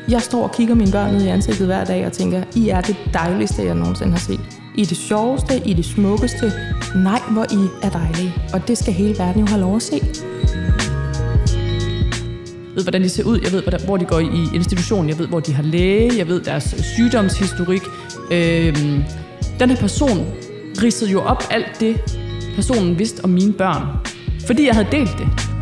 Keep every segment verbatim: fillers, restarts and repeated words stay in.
Jeg står og kigger mine børn ned i ansigtet hver dag og tænker, I er det dejligste, jeg nogensinde har set. I er det sjoveste, I er det smukkeste. Nej, hvor I er dejlige. Og det skal hele verden jo have lov at se. Jeg ved, hvordan de ser ud. Jeg ved, hvor de går i institutionen. Jeg ved, hvor de har læge. Jeg ved deres sygdomshistorik. Øhm, den her person ridsede jo op alt det, personen vidste om mine børn. Fordi jeg havde delt det.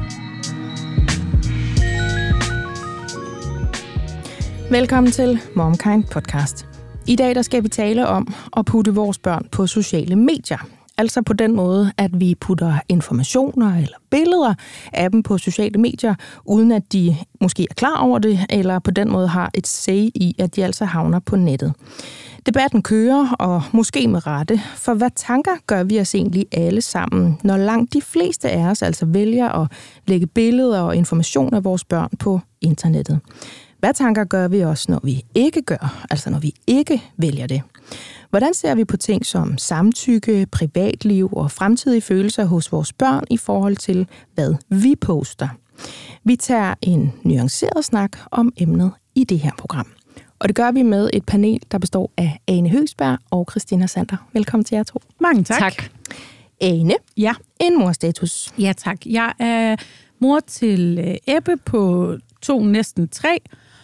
Velkommen til MomKind Podcast. I dag der skal vi tale om at putte vores børn på sociale medier. Altså på den måde, at vi putter informationer eller billeder af dem på sociale medier, uden at de måske er klar over det, eller på den måde har et say i, at de altså havner på nettet. Debatten kører, og måske med rette, for hvad tanker gør vi os egentlig alle sammen, når langt de fleste af os altså vælger at lægge billeder og information af vores børn på internettet? Hvad tanker gør vi os, når vi ikke gør, altså når vi ikke vælger det? Hvordan ser vi på ting som samtykke, privatliv og fremtidige følelser hos vores børn i forhold til, hvad vi poster? Vi tager en nuanceret snak om emnet i det her program. Og det gør vi med et panel, der består af Ane Høgsberg og Christina Sander. Velkommen til jer to. Mange tak. Tak. Ane, Ja. en morstatus. Ja, tak. Jeg er mor til Ebbe på to, næsten tre.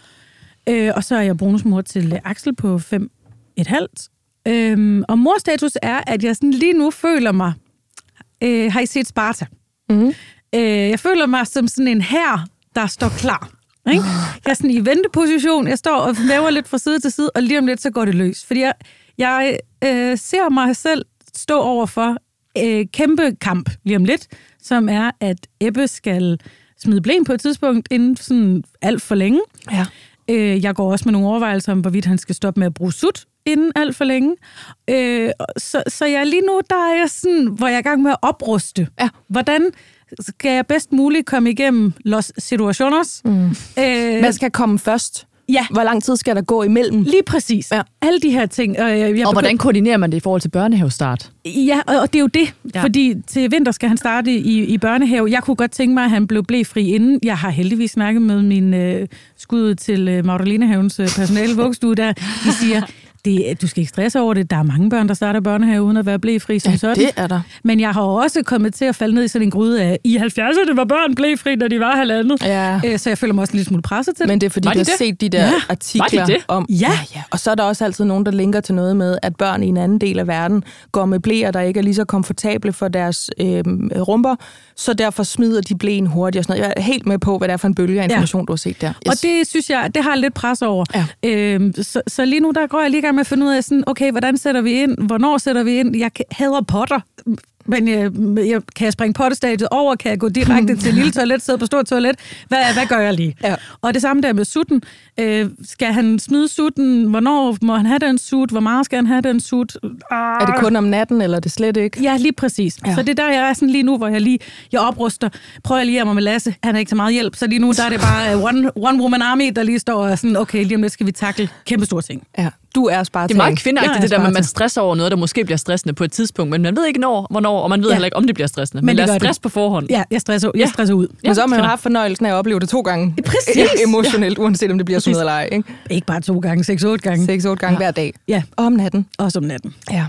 Øh, og så er jeg bonusmor til Axel på fem et halvt. Øhm, og morstatus er, at jeg sådan lige nu føler mig... Øh, har I set Sparta? Mm-hmm. Øh, jeg føler mig som sådan en hær, der står klar. Ikke? Jeg er sådan i venteposition. Jeg står og væver lidt fra side til side, og lige om lidt, så går det løs. Fordi jeg, jeg øh, ser mig selv stå over for øh, kæmpe kamp lige om lidt, som er, at Ebbe skal smide blæn på et tidspunkt inden sådan alt for længe. Ja. Øh, jeg går også med nogle overvejelser om, hvorvidt han skal stoppe med at bruge sut inden alt for længe. Øh, så, så jeg lige nu, der er jeg sådan, hvor jeg er i gang med at opruste. Ja. Hvordan skal jeg bedst muligt komme igennem los situaciones? Mm. Øh, Hvad skal komme først? Ja. Hvor lang tid skal der gå imellem? Lige præcis. Ja. Alle de her ting. Og, jeg, jeg Og hvordan koordinerer man det i forhold til børnehavestart? Ja, og, og det er jo det. Ja. Fordi til vinter skal han starte i, i børnehave. Jeg kunne godt tænke mig, at han blev blæfri inden. Jeg har heldigvis snakket med min øh, skud til øh, Magdalenehavens øh, personale vuggestue, der de siger, det, du skal ikke stresse over det. Der er mange børn, der starter børnehave uden at være blæfri som Ja, sådan. det er der. Men jeg har også kommet til at falde ned i sådan en gryde af, i halvfjerdserne var børn blæfri, da de var halvandet. Ja. Øh, så jeg føler mig også en lille smule presset til det. Men det er fordi, Var du de har det? set de der Ja. artikler Var de det? om... Ja. ja. Og så er der også altid nogen, der linker til noget med, at børn i en anden del af verden går med bleer, der ikke er lige så komfortable for deres øh, rumper, så derfor smider de blæen hurtigt og sådan noget. Jeg er helt med på, hvad det er for en bølge af information, ja. Du har set der. Yes. Og det synes jeg, det har jeg lidt pres over. Ja. Øhm, så, så lige nu, der går jeg lige i gang med at finde ud af, sådan, okay, hvordan sætter vi ind? Hvornår sætter vi ind? Jeg hader potter, men jeg, jeg, kan jeg springe pottestadiet over? Kan jeg gå direkte til lille toilet, sidde på stort toilet? Hvad, hvad gør jeg lige? Ja. Og det samme der med sutten. Øh, skal han smide sutten? Hvornår må han have den sut? Hvor meget skal han have den sut? Er det kun om natten, eller er det slet ikke? Ja, lige præcis. Ja. Så det er der, jeg er sådan lige nu, hvor jeg lige jeg opruster. Prøver jeg lige at mig med Lasse. Han er ikke så meget hjælp, så lige nu der er det bare uh, one, one woman army, der lige står og sådan, okay, lige om lidt skal vi takle kæmpe store ting. Ja. Du er Sparta. Det er meget kvindeagtigt, Ja, det der med, at man Sparta. stresser over noget, der måske bliver stressende på et tidspunkt, men man ved ikke når, hvornår, og man ved Ja. heller ikke, om det bliver stressende. Men, Men men det lad gør os stress det. på forhånd. Ja, jeg stresser, jeg Ja. stresser ud. Men så har man jo kender. haft fornøjelsen af at opleve det to gange. Præcis. Emotionelt, uanset om det bliver sådan noget eller ej. Ikke? Ikke bare to gange, seks, otte gange. Seks, otte gange ja. hver dag. Ja, Og om natten. også om natten. Ja.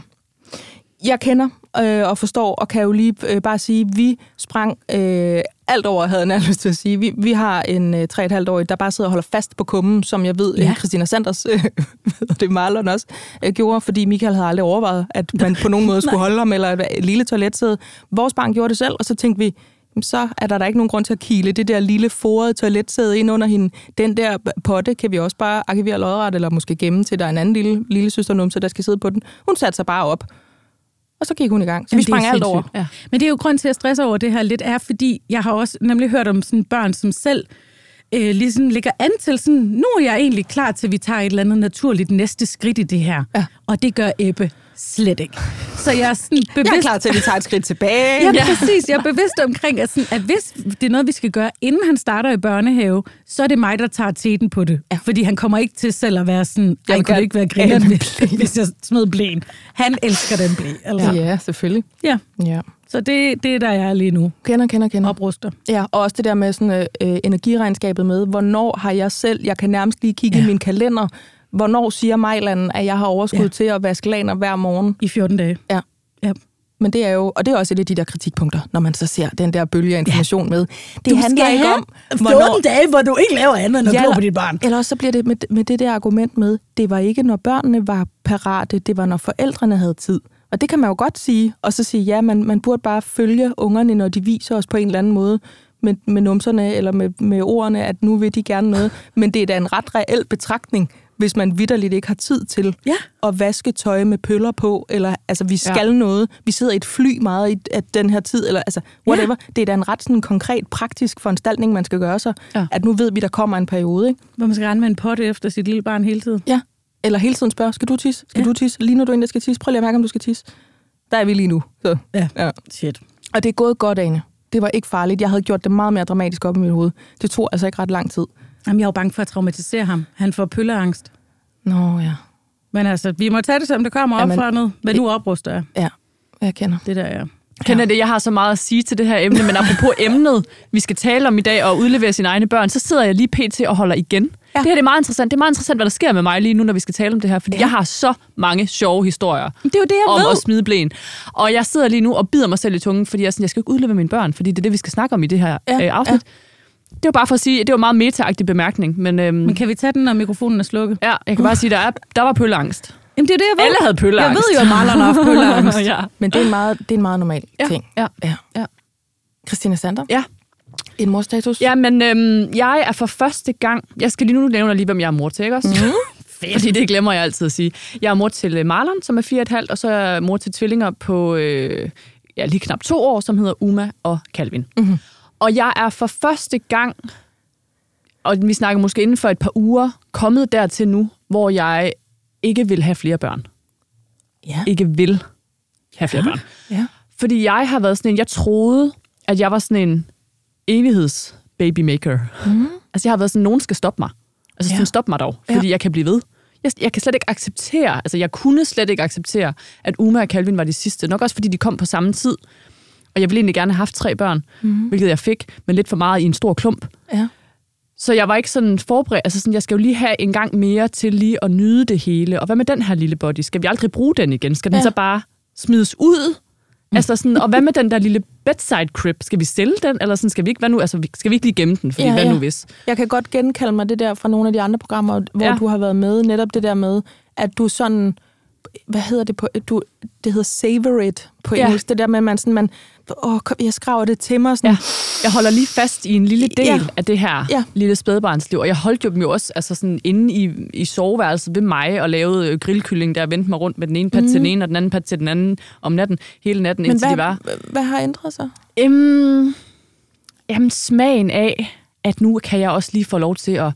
Jeg kender øh, og forstår, og kan jo lige øh, bare sige, at vi sprang øh, alt over, havde jeg nærmest lyst til at sige. Vi, vi har en øh, tre og et halvt årig, der bare sidder og holder fast på kummen, som jeg ved, ja. øh, Christina Sanders, øh, og det Marlon også, øh, gjorde, fordi Michael havde aldrig overvejet, at man på nogen måde skulle holde ham, eller et lille toiletsæde. Vores barn gjorde det selv, og så tænkte vi, så er der da ikke nogen grund til at kile det der lille forede toiletsæde ind under hende. Den der potte kan vi også bare arkivere lodret, eller måske gemme til, der er en anden lille, lille søsternumse, der skal sidde på den. Hun satte sig bare op. Og så gik hun i gang. Så Jamen, vi sprang det er alt sindssygt. over. Ja. Men det er jo grund til at stresse over det her lidt, er fordi jeg har også nemlig hørt om sådan børn, som selv øh, ligesom lægger an til sådan, nu er jeg egentlig klar til, at vi tager et eller andet naturligt næste skridt i det her. Ja. Og det gør Ebbe slet ikke. Så jeg er sådan bevidst... Jeg er klar til, at vi tager et skridt tilbage. Ja, præcis. Jeg er bevidst omkring, at, sådan, at hvis det er noget, vi skal gøre, inden han starter i børnehave, så er det mig, der tager teten på det. Ja. Fordi han kommer ikke til selv at være sådan, jeg kunne ikke være griner, hvis jeg smed blæen. Han elsker den blæ. Altså. Ja, selvfølgelig. Ja. Ja. Så det, det er der, jeg er lige nu. Kender, kender, kender. Opruster. Ja, og også det der med sådan, øh, energiregnskabet med, hvornår har jeg selv, jeg kan nærmest lige kigge ja. i min kalender, hvornår siger Majlanden, at jeg har overskud ja. til at vaske laner hver morgen. I fjorten dage. Ja. ja. Men det er jo, og det er også et af de der kritikpunkter, når man så ser den der bølge af information ja. med. Det du handler ikke om, hvornår... dage, hvor du ikke laver andet end at ja, glo på dit barn. Eller også så bliver det med, med det der argument med, det var ikke, når børnene var parate, det var, når forældrene havde tid. Og det kan man jo godt sige, og så sige, ja, man, man burde bare følge ungerne, når de viser os på en eller anden måde, med, med numserne eller med, med ordene, at nu vil de gerne noget. Men det er da en ret reel betragtning, hvis man vitterligt ikke har tid til ja. at vaske tøj med pøller på, eller altså, vi skal ja. noget. Vi sidder i et fly meget i at den her tid, eller altså, whatever. Ja. Det er da en ret sådan konkret, praktisk foranstaltning, man skal gøre sig, ja. at nu ved vi, der kommer en periode, ikke? Hvor man skal rende med en potte efter sit lille barn hele tiden. Ja. Eller hele tiden spørge, skal du tisse? Skal ja. du tisse? Lige nu du egentlig skal tisse. Prøv lige at mærke, om du skal tisse. Der er vi lige nu. Så. Ja. ja, shit. Og det er gået godt, Ane. Det var ikke farligt. Jeg havde gjort det meget mere dramatisk op i mit hoved. Det tog altså ikke ret lang tid. Jamen, jeg er jo bange for at traumatisere ham. Han får pølleangst. Nå, ja. Men altså, vi må tage det, som det kommer op fra noget. Men nu opruster jeg. Ja, jeg kender. Det der, ja. Kender det, jeg har så meget at sige til det her emne, men apropos emnet, vi skal tale om i dag og udlevere sine egne børn, så sidder jeg lige pt. Og holder igen. Ja. Det her det er meget interessant. Det er meget interessant, hvad der sker med mig lige nu, når vi skal tale om det her, fordi ja. jeg har så mange sjove historier det er jo det, jeg om ved. at smide blæen. Og jeg sidder lige nu og bider mig selv i tungen, fordi jeg, er sådan, jeg skal ikke udlevere mine børn, fordi det er det, vi skal snakke om i det her ja. øh, afsnit. Ja. Det var bare for at sige, det var meget meta-agtig bemærkning. Men, øhm, men kan vi tage den, når mikrofonen er slukket? Ja, jeg kan bare sige, der, er, der var pølleangst. Jamen, det er det, jeg ved. Alle havde pølleangst. Jeg ved jo, at Marlon har haft pølleangst. ja. Men det er en meget, det er en meget normal ja. ting. Ja. ja. ja. Christina Sander? Ja. En morstatus? Ja, men øhm, jeg er for første gang... Jeg skal lige nu nævne lige, hvem jeg er mor til, ikke også? Mm-hmm. Fordi det glemmer jeg altid at sige. Jeg er mor til Marlon, som er fire og et halvt, og så er jeg mor til tvillinger på øh, ja, lige knap to år, som hedder Uma og Calvin. Mm-hmm. Og jeg er for første gang, og vi snakker måske inden for et par uger, kommet dertil nu, hvor jeg ikke vil have flere børn. Ja. Ikke vil have flere ja. børn. Ja. Fordi jeg har været sådan en... Jeg troede, at jeg var sådan en evigheds babymaker. Mm. Altså, jeg har været sådan, nogen skal stoppe mig. Altså, sådan, ja. stop mig dog, fordi ja. jeg kan blive ved. Jeg, jeg kan slet ikke acceptere, altså, jeg kunne slet ikke acceptere, at Uma og Calvin var de sidste. Nok også, fordi de kom på samme tid. Og jeg ville egentlig gerne have haft tre børn, mm. hvilket jeg fik, men lidt for meget i en stor klump. Ja. Så jeg var ikke sådan forberedt. Altså, sådan, jeg skal jo lige have en gang mere til lige at nyde det hele. Og hvad med den her lille body? Skal vi aldrig bruge den igen? Skal den ja. så bare smides ud? Mm. Altså sådan, og hvad med den der lille bedside crib? Skal vi sælge den, eller sådan, skal vi ikke, hvad nu, altså, skal vi ikke lige gemme den, fordi ja, hvad ja. nu hvis? Jeg kan godt genkalde mig det der fra nogle af de andre programmer, hvor ja. du har været med, netop det der med, at du sådan, hvad hedder det på, du, det hedder savor it på ja. engelsk, det der med, at man sådan, man, åh, kom, jeg skraver det til mig. Sådan. Ja. Jeg holder lige fast i en lille del ja. af det her ja. lille spædbarnsliv, og jeg holdt jo dem jo også altså sådan, inde i, i soveværelset ved mig, og lavede grillkylling, der vendte mig rundt med den ene pat mm. til den ene, og den anden pat til den anden om natten, hele natten, Men indtil hvad, de var. hvad har ændret sig? Øhm, jamen, smagen af, at nu kan jeg også lige få lov til at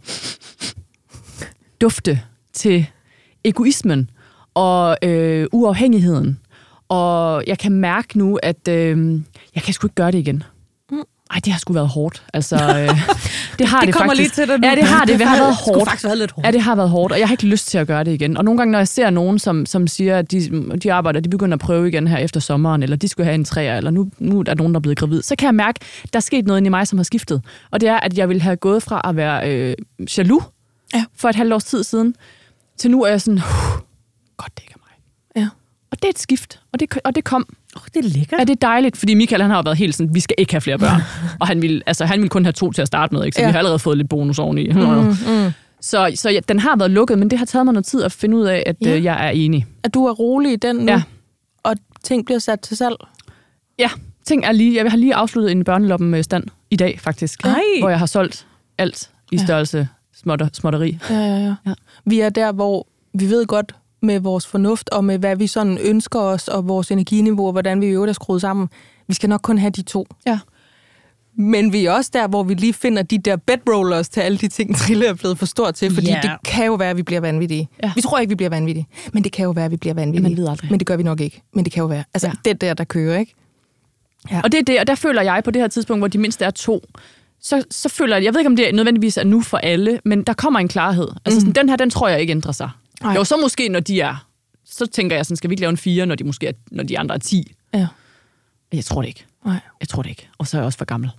dufte til egoismen og øh, uafhængigheden. Og jeg kan mærke nu, at øh, jeg kan sgu ikke gøre det igen. Mm. Ej, det har sgu været hårdt. Altså, øh, det har det, det kommer faktisk. lige til dig nu. Ja, det har det. Det har været hårdt. Det faktisk været lidt hårdt. Ja, det har været hårdt, og jeg har ikke lyst til at gøre det igen. Og nogle gange, når jeg ser nogen, som, som siger, at de, de arbejder, de begynder at prøve igen her efter sommeren, eller de skulle have en træer, eller nu, nu er der nogen, der er blevet gravid, så kan jeg mærke, at der er sket noget inde i mig, som har skiftet. Og det er, at jeg ville have gået fra at være øh, jaloux ja. for et halvt års tid siden, til nu er jeg sådan, godt, det ikke er mig. Ja. Og det er et skift, og det, og det kom. Åh, oh, det er lækkert. Ja, det er dejligt, fordi Michael, han har jo været helt sådan, vi skal ikke have flere børn. Og han ville, altså, han ville kun have to til at starte med, ikke? Så ja. vi har allerede fået lidt bonus oveni. Mm, mm. Så, så ja, den har været lukket, men det har taget mig noget tid at finde ud af, at ja. øh, jeg er enig. At du er rolig i den nu, ja. og ting bliver sat til salg? Ja, ting er lige, jeg har lige afsluttet en børneloppen-stand i dag, faktisk. Ej. Hvor jeg har solgt alt i størrelse ja. småtter, småtteri. Ja, ja, ja, ja. Vi er der, hvor vi ved godt, med vores fornuft og med, hvad vi sådan ønsker os, og vores energiniveau, og hvordan vi i øvrigt er skruet sammen. Vi skal nok kun have de to. Ja. Men vi er også der, hvor vi lige finder de der bedrollers til alle de ting, Trille er blevet for stort til, fordi yeah. det kan jo være, at vi bliver vanvittige. Ja. Vi tror ikke, vi bliver vanvittige, men det kan jo være, at vi bliver vanvittige. Man ved aldrig. Men det gør vi nok ikke. Men det kan jo være. Altså, ja. det der, der kører, ikke? Ja. Og det er det, og der føler jeg på det her tidspunkt, hvor de mindste er to, så, så føler jeg, jeg ved ikke, om det nødvendigvis er nu for alle, men der kommer en klarhed. Altså, sådan, mm. den her, den tror jeg ikke ændrer sig. Ej. Jo, så måske, når de er, så tænker jeg sådan, skal vi ikke lave en fire, når de måske er, når de andre er ti? Ja. Jeg tror det ikke. Nej. Jeg tror det ikke. Og så er jeg også for gammel.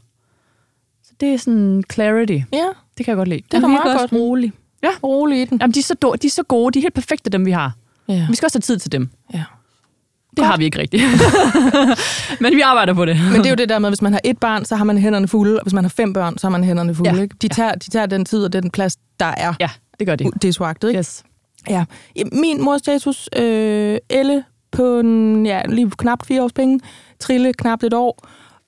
Så det er sådan clarity. Ja. Det kan jeg godt lide. Det er da meget godt. roligt. Ja. Rolig i den. Jamen, de er, så do- de er så gode. De er helt perfekte, dem vi har. Ja. Vi skal også have tid til dem. Ja. Det har vi ikke rigtigt. Men vi arbejder på det. Men det er jo det der med, at hvis man har et barn, så har man hænderne fulde, og hvis man har fem børn, så har man hænderne fulde. Ja. Ikke? De, tager, de tager den tid og den plads, der er. Ja, det gør de. Det er svagt, ikke? Yes. Ja. Min mors status, øh, Elle på en, ja, lige knap fire års penge, Trille knap et år.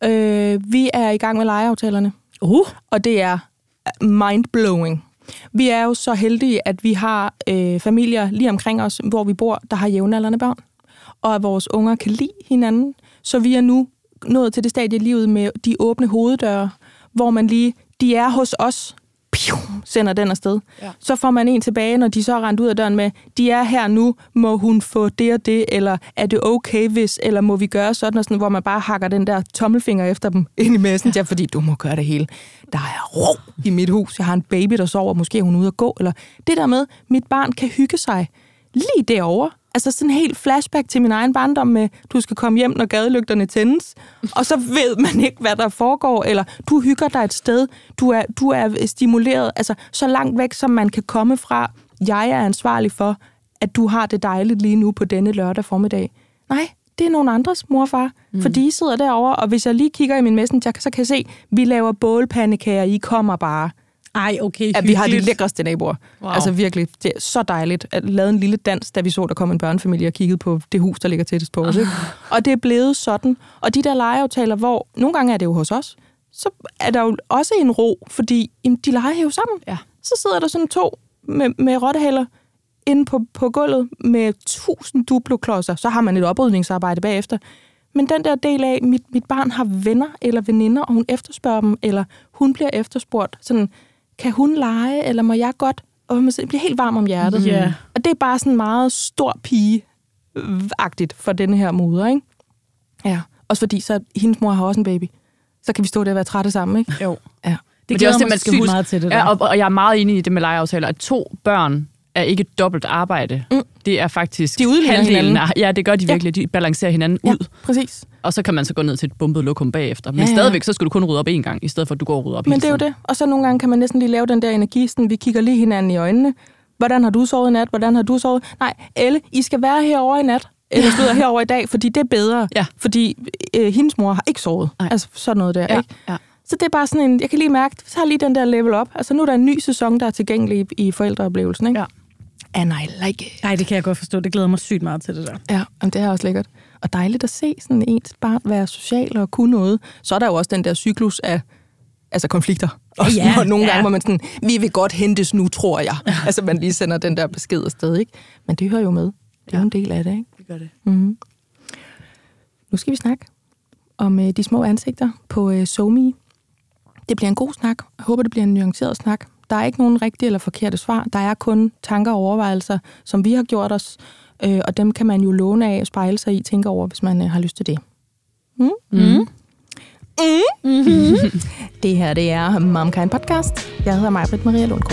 Øh, vi er i gang med lejeaftalerne. Uh. Og det er mindblowing. Vi er jo så heldige, at vi har øh, familier lige omkring os, hvor vi bor, der har jævnaldrende børn. Og at vores unger kan lide hinanden. Så vi er nu nået til det stadie i livet med de åbne hoveddøre, hvor man lige, de er hos os, piu, sender den afsted. Ja. Så får man en tilbage, når de så er rendt ud af døren med, de er her nu, må hun få det og det, eller er det okay hvis, eller må vi gøre sådan og sådan, hvor man bare hakker den der tommelfinger efter dem ind i Messenger, fordi du må gøre det hele. Der er ro i mit hus, jeg har en baby, der sover, måske er hun ude at gå, eller det der med, mit barn kan hygge sig lige derovre. Altså sådan en helt flashback til min egen barndom med, du skal komme hjem, når gadelygterne tændes, og så ved man ikke, hvad der foregår, eller du hygger dig et sted, du er, du er stimuleret, altså så langt væk, som man kan komme fra. Jeg er ansvarlig for, at du har det dejligt lige nu på denne lørdag formiddag. Nej, det er nogen andres morfar, mm. for de sidder derovre, og hvis jeg lige kigger i min messenger, så kan jeg se, at vi laver bålpandekager, I kommer bare. Ej, okay. At vi har de lækreste naboer. Wow. Altså virkelig, det er så dejligt at lave en lille dans, da vi så, der kom en børnefamilie og kiggede på det hus, der ligger tættest på os. Ikke? Og det er blevet sådan. Og de der legeaftaler, hvor nogle gange er det jo hos os, så er der jo også en ro, fordi jamen, de leger jo sammen. Ja. Så sidder der sådan to med, med rottehaler inde på, på gulvet med tusind duploklodser. Så har man et oprydningsarbejde bagefter. Men den der del af, mit, mit barn har venner eller veninder, og hun efterspørger dem, eller hun bliver efterspurgt, sådan, kan hun lege, eller må jeg godt? Og man bliver helt varm om hjertet. Yeah. Og det er bare sådan meget stor pige-agtigt for denne her moder, ikke? Ja. Også fordi, så hendes mor har også en baby. Så kan vi stå der og være trætte sammen, ikke? Jo. Ja. Det glæder mig sygt huske. meget til det der. Ja, og, og jeg er meget enig i det med legeaftaler, at to børn er ikke dobbelt arbejde. Mm. Det er faktisk de udligner hinanden. Af, ja, det gør de virkelig. Ja. De balancerer hinanden ja, ud. Præcis. Og så kan man så gå ned til et bumpet lokum bagefter. Men ja, ja. stadigvæk, så skal du kun rydde op én gang, i stedet for at du går og rydder op Men hele det er jo det. Og så nogle gange kan man næsten lige lave den der energi, sådan, vi kigger lige hinanden i øjnene. Hvordan har du sovet i nat? Hvordan har du sovet? Nej, Elle, I skal være herovre i nat. Eller slutter herovre i dag, fordi det er bedre. Ja. Fordi øh, hendes mor har ikke sovet. Nej. Altså sådan noget der, ja. ikke? Ja. Så det er bare sådan en, jeg kan lige mærke, så har lige den der level op. Altså nu er der en ny sæson, der er tilgængelig i, i forældreoplevelsen, ikke? Ja. And I like it. Nej, det kan jeg godt forstå. Det glæder mig sygt meget til det der. Ja, og det er også lækkert. Og dejligt at se sådan ens barn være social og kunne noget. Så er der jo også den der cyklus af altså konflikter. Også ja, ja, nogle ja. gange, hvor man sådan, vi vil godt hentes nu, tror jeg. Altså man lige sender den der besked afsted, ikke? Men det hører jo med. Det er ja. jo en del af det, ikke? Det gør det. Mm-hmm. Nu skal vi snakke om uh, de små ansigter på uh, SoMe. Det bliver en god snak. Jeg håber, det bliver en nuanceret snak. Der er ikke nogen rigtige eller forkerte svar. Der er kun tanker og overvejelser, som vi har gjort os, øh, og dem kan man jo låne af og spejle sig i, tænke over, hvis man øh, har lyst til det. Mm? Mm. Mm. Mm-hmm. Det her, det er MomKind Podcast. Jeg hedder Maj-Britt Maria Lundgaard.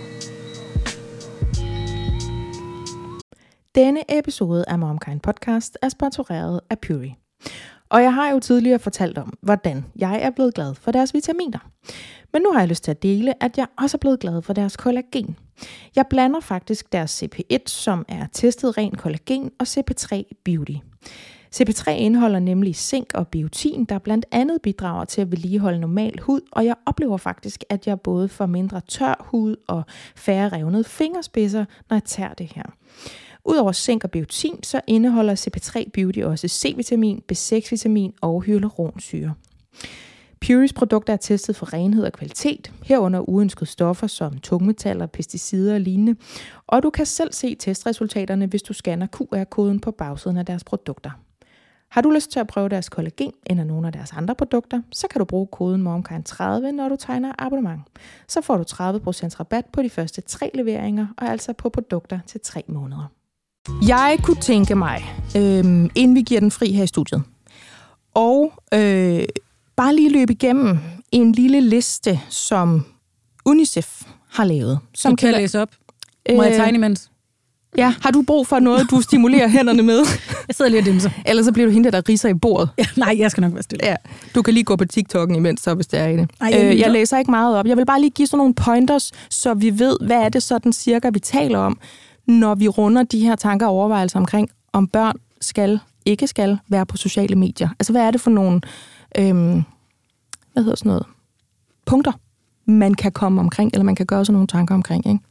Denne episode af MomKind Podcast er sponsoreret af Pury. Og jeg har jo tidligere fortalt om, hvordan jeg er blevet glad for deres vitaminer. Men nu har jeg lyst til at dele, at jeg også er blevet glad for deres kollagen. Jeg blander faktisk deres C P et, som er testet ren kollagen, og C P tre Beauty. C P tre indeholder nemlig zink og biotin, der blandt andet bidrager til at vedligeholde normal hud, og jeg oplever faktisk, at jeg både får mindre tør hud og færre revnede fingerspidser, når jeg tager det her. Udover zink og biotin, så indeholder C P tre Beauty også C-vitamin, B seks vitamin og hyaluronsyre. Purys produkter er testet for renhed og kvalitet, herunder uønskede stoffer som tungmetaller, pesticider og lignende, og du kan selv se testresultaterne, hvis du scanner Q R-koden på bagsiden af deres produkter. Har du lyst til at prøve deres kollagen eller nogle af deres andre produkter, så kan du bruge koden momkind tredive, når du tegner abonnement. Så får du tredive procent rabat på de første tre leveringer, og altså på produkter til tre måneder. Jeg kunne tænke mig, øh, inden vi giver den fri her i studiet, og øh, bare lige løbe igennem en lille liste, som UNICEF har lavet. Som kan jeg læse op? Må jeg tegne imens? Ja, har du brug for noget, du stimulerer hænderne med? Jeg sidder lige og dimser. Ellers så bliver du hende, der riser i bordet. Ja, nej, jeg skal nok være stille. Ja, du kan lige gå på TikTok'en imens, så hvis det er i det. Ej, jeg, øh, jeg læser ikke meget op. Jeg vil bare lige give sådan nogle pointers, så vi ved, hvad er det sådan cirka, vi taler om, når vi runder de her tanker og overvejelser omkring, om børn skal, ikke skal være på sociale medier. Altså, hvad er det for nogle, øhm, hvad hedder sådan noget, punkter, man kan komme omkring, eller man kan gøre sådan nogle tanker omkring, ikke?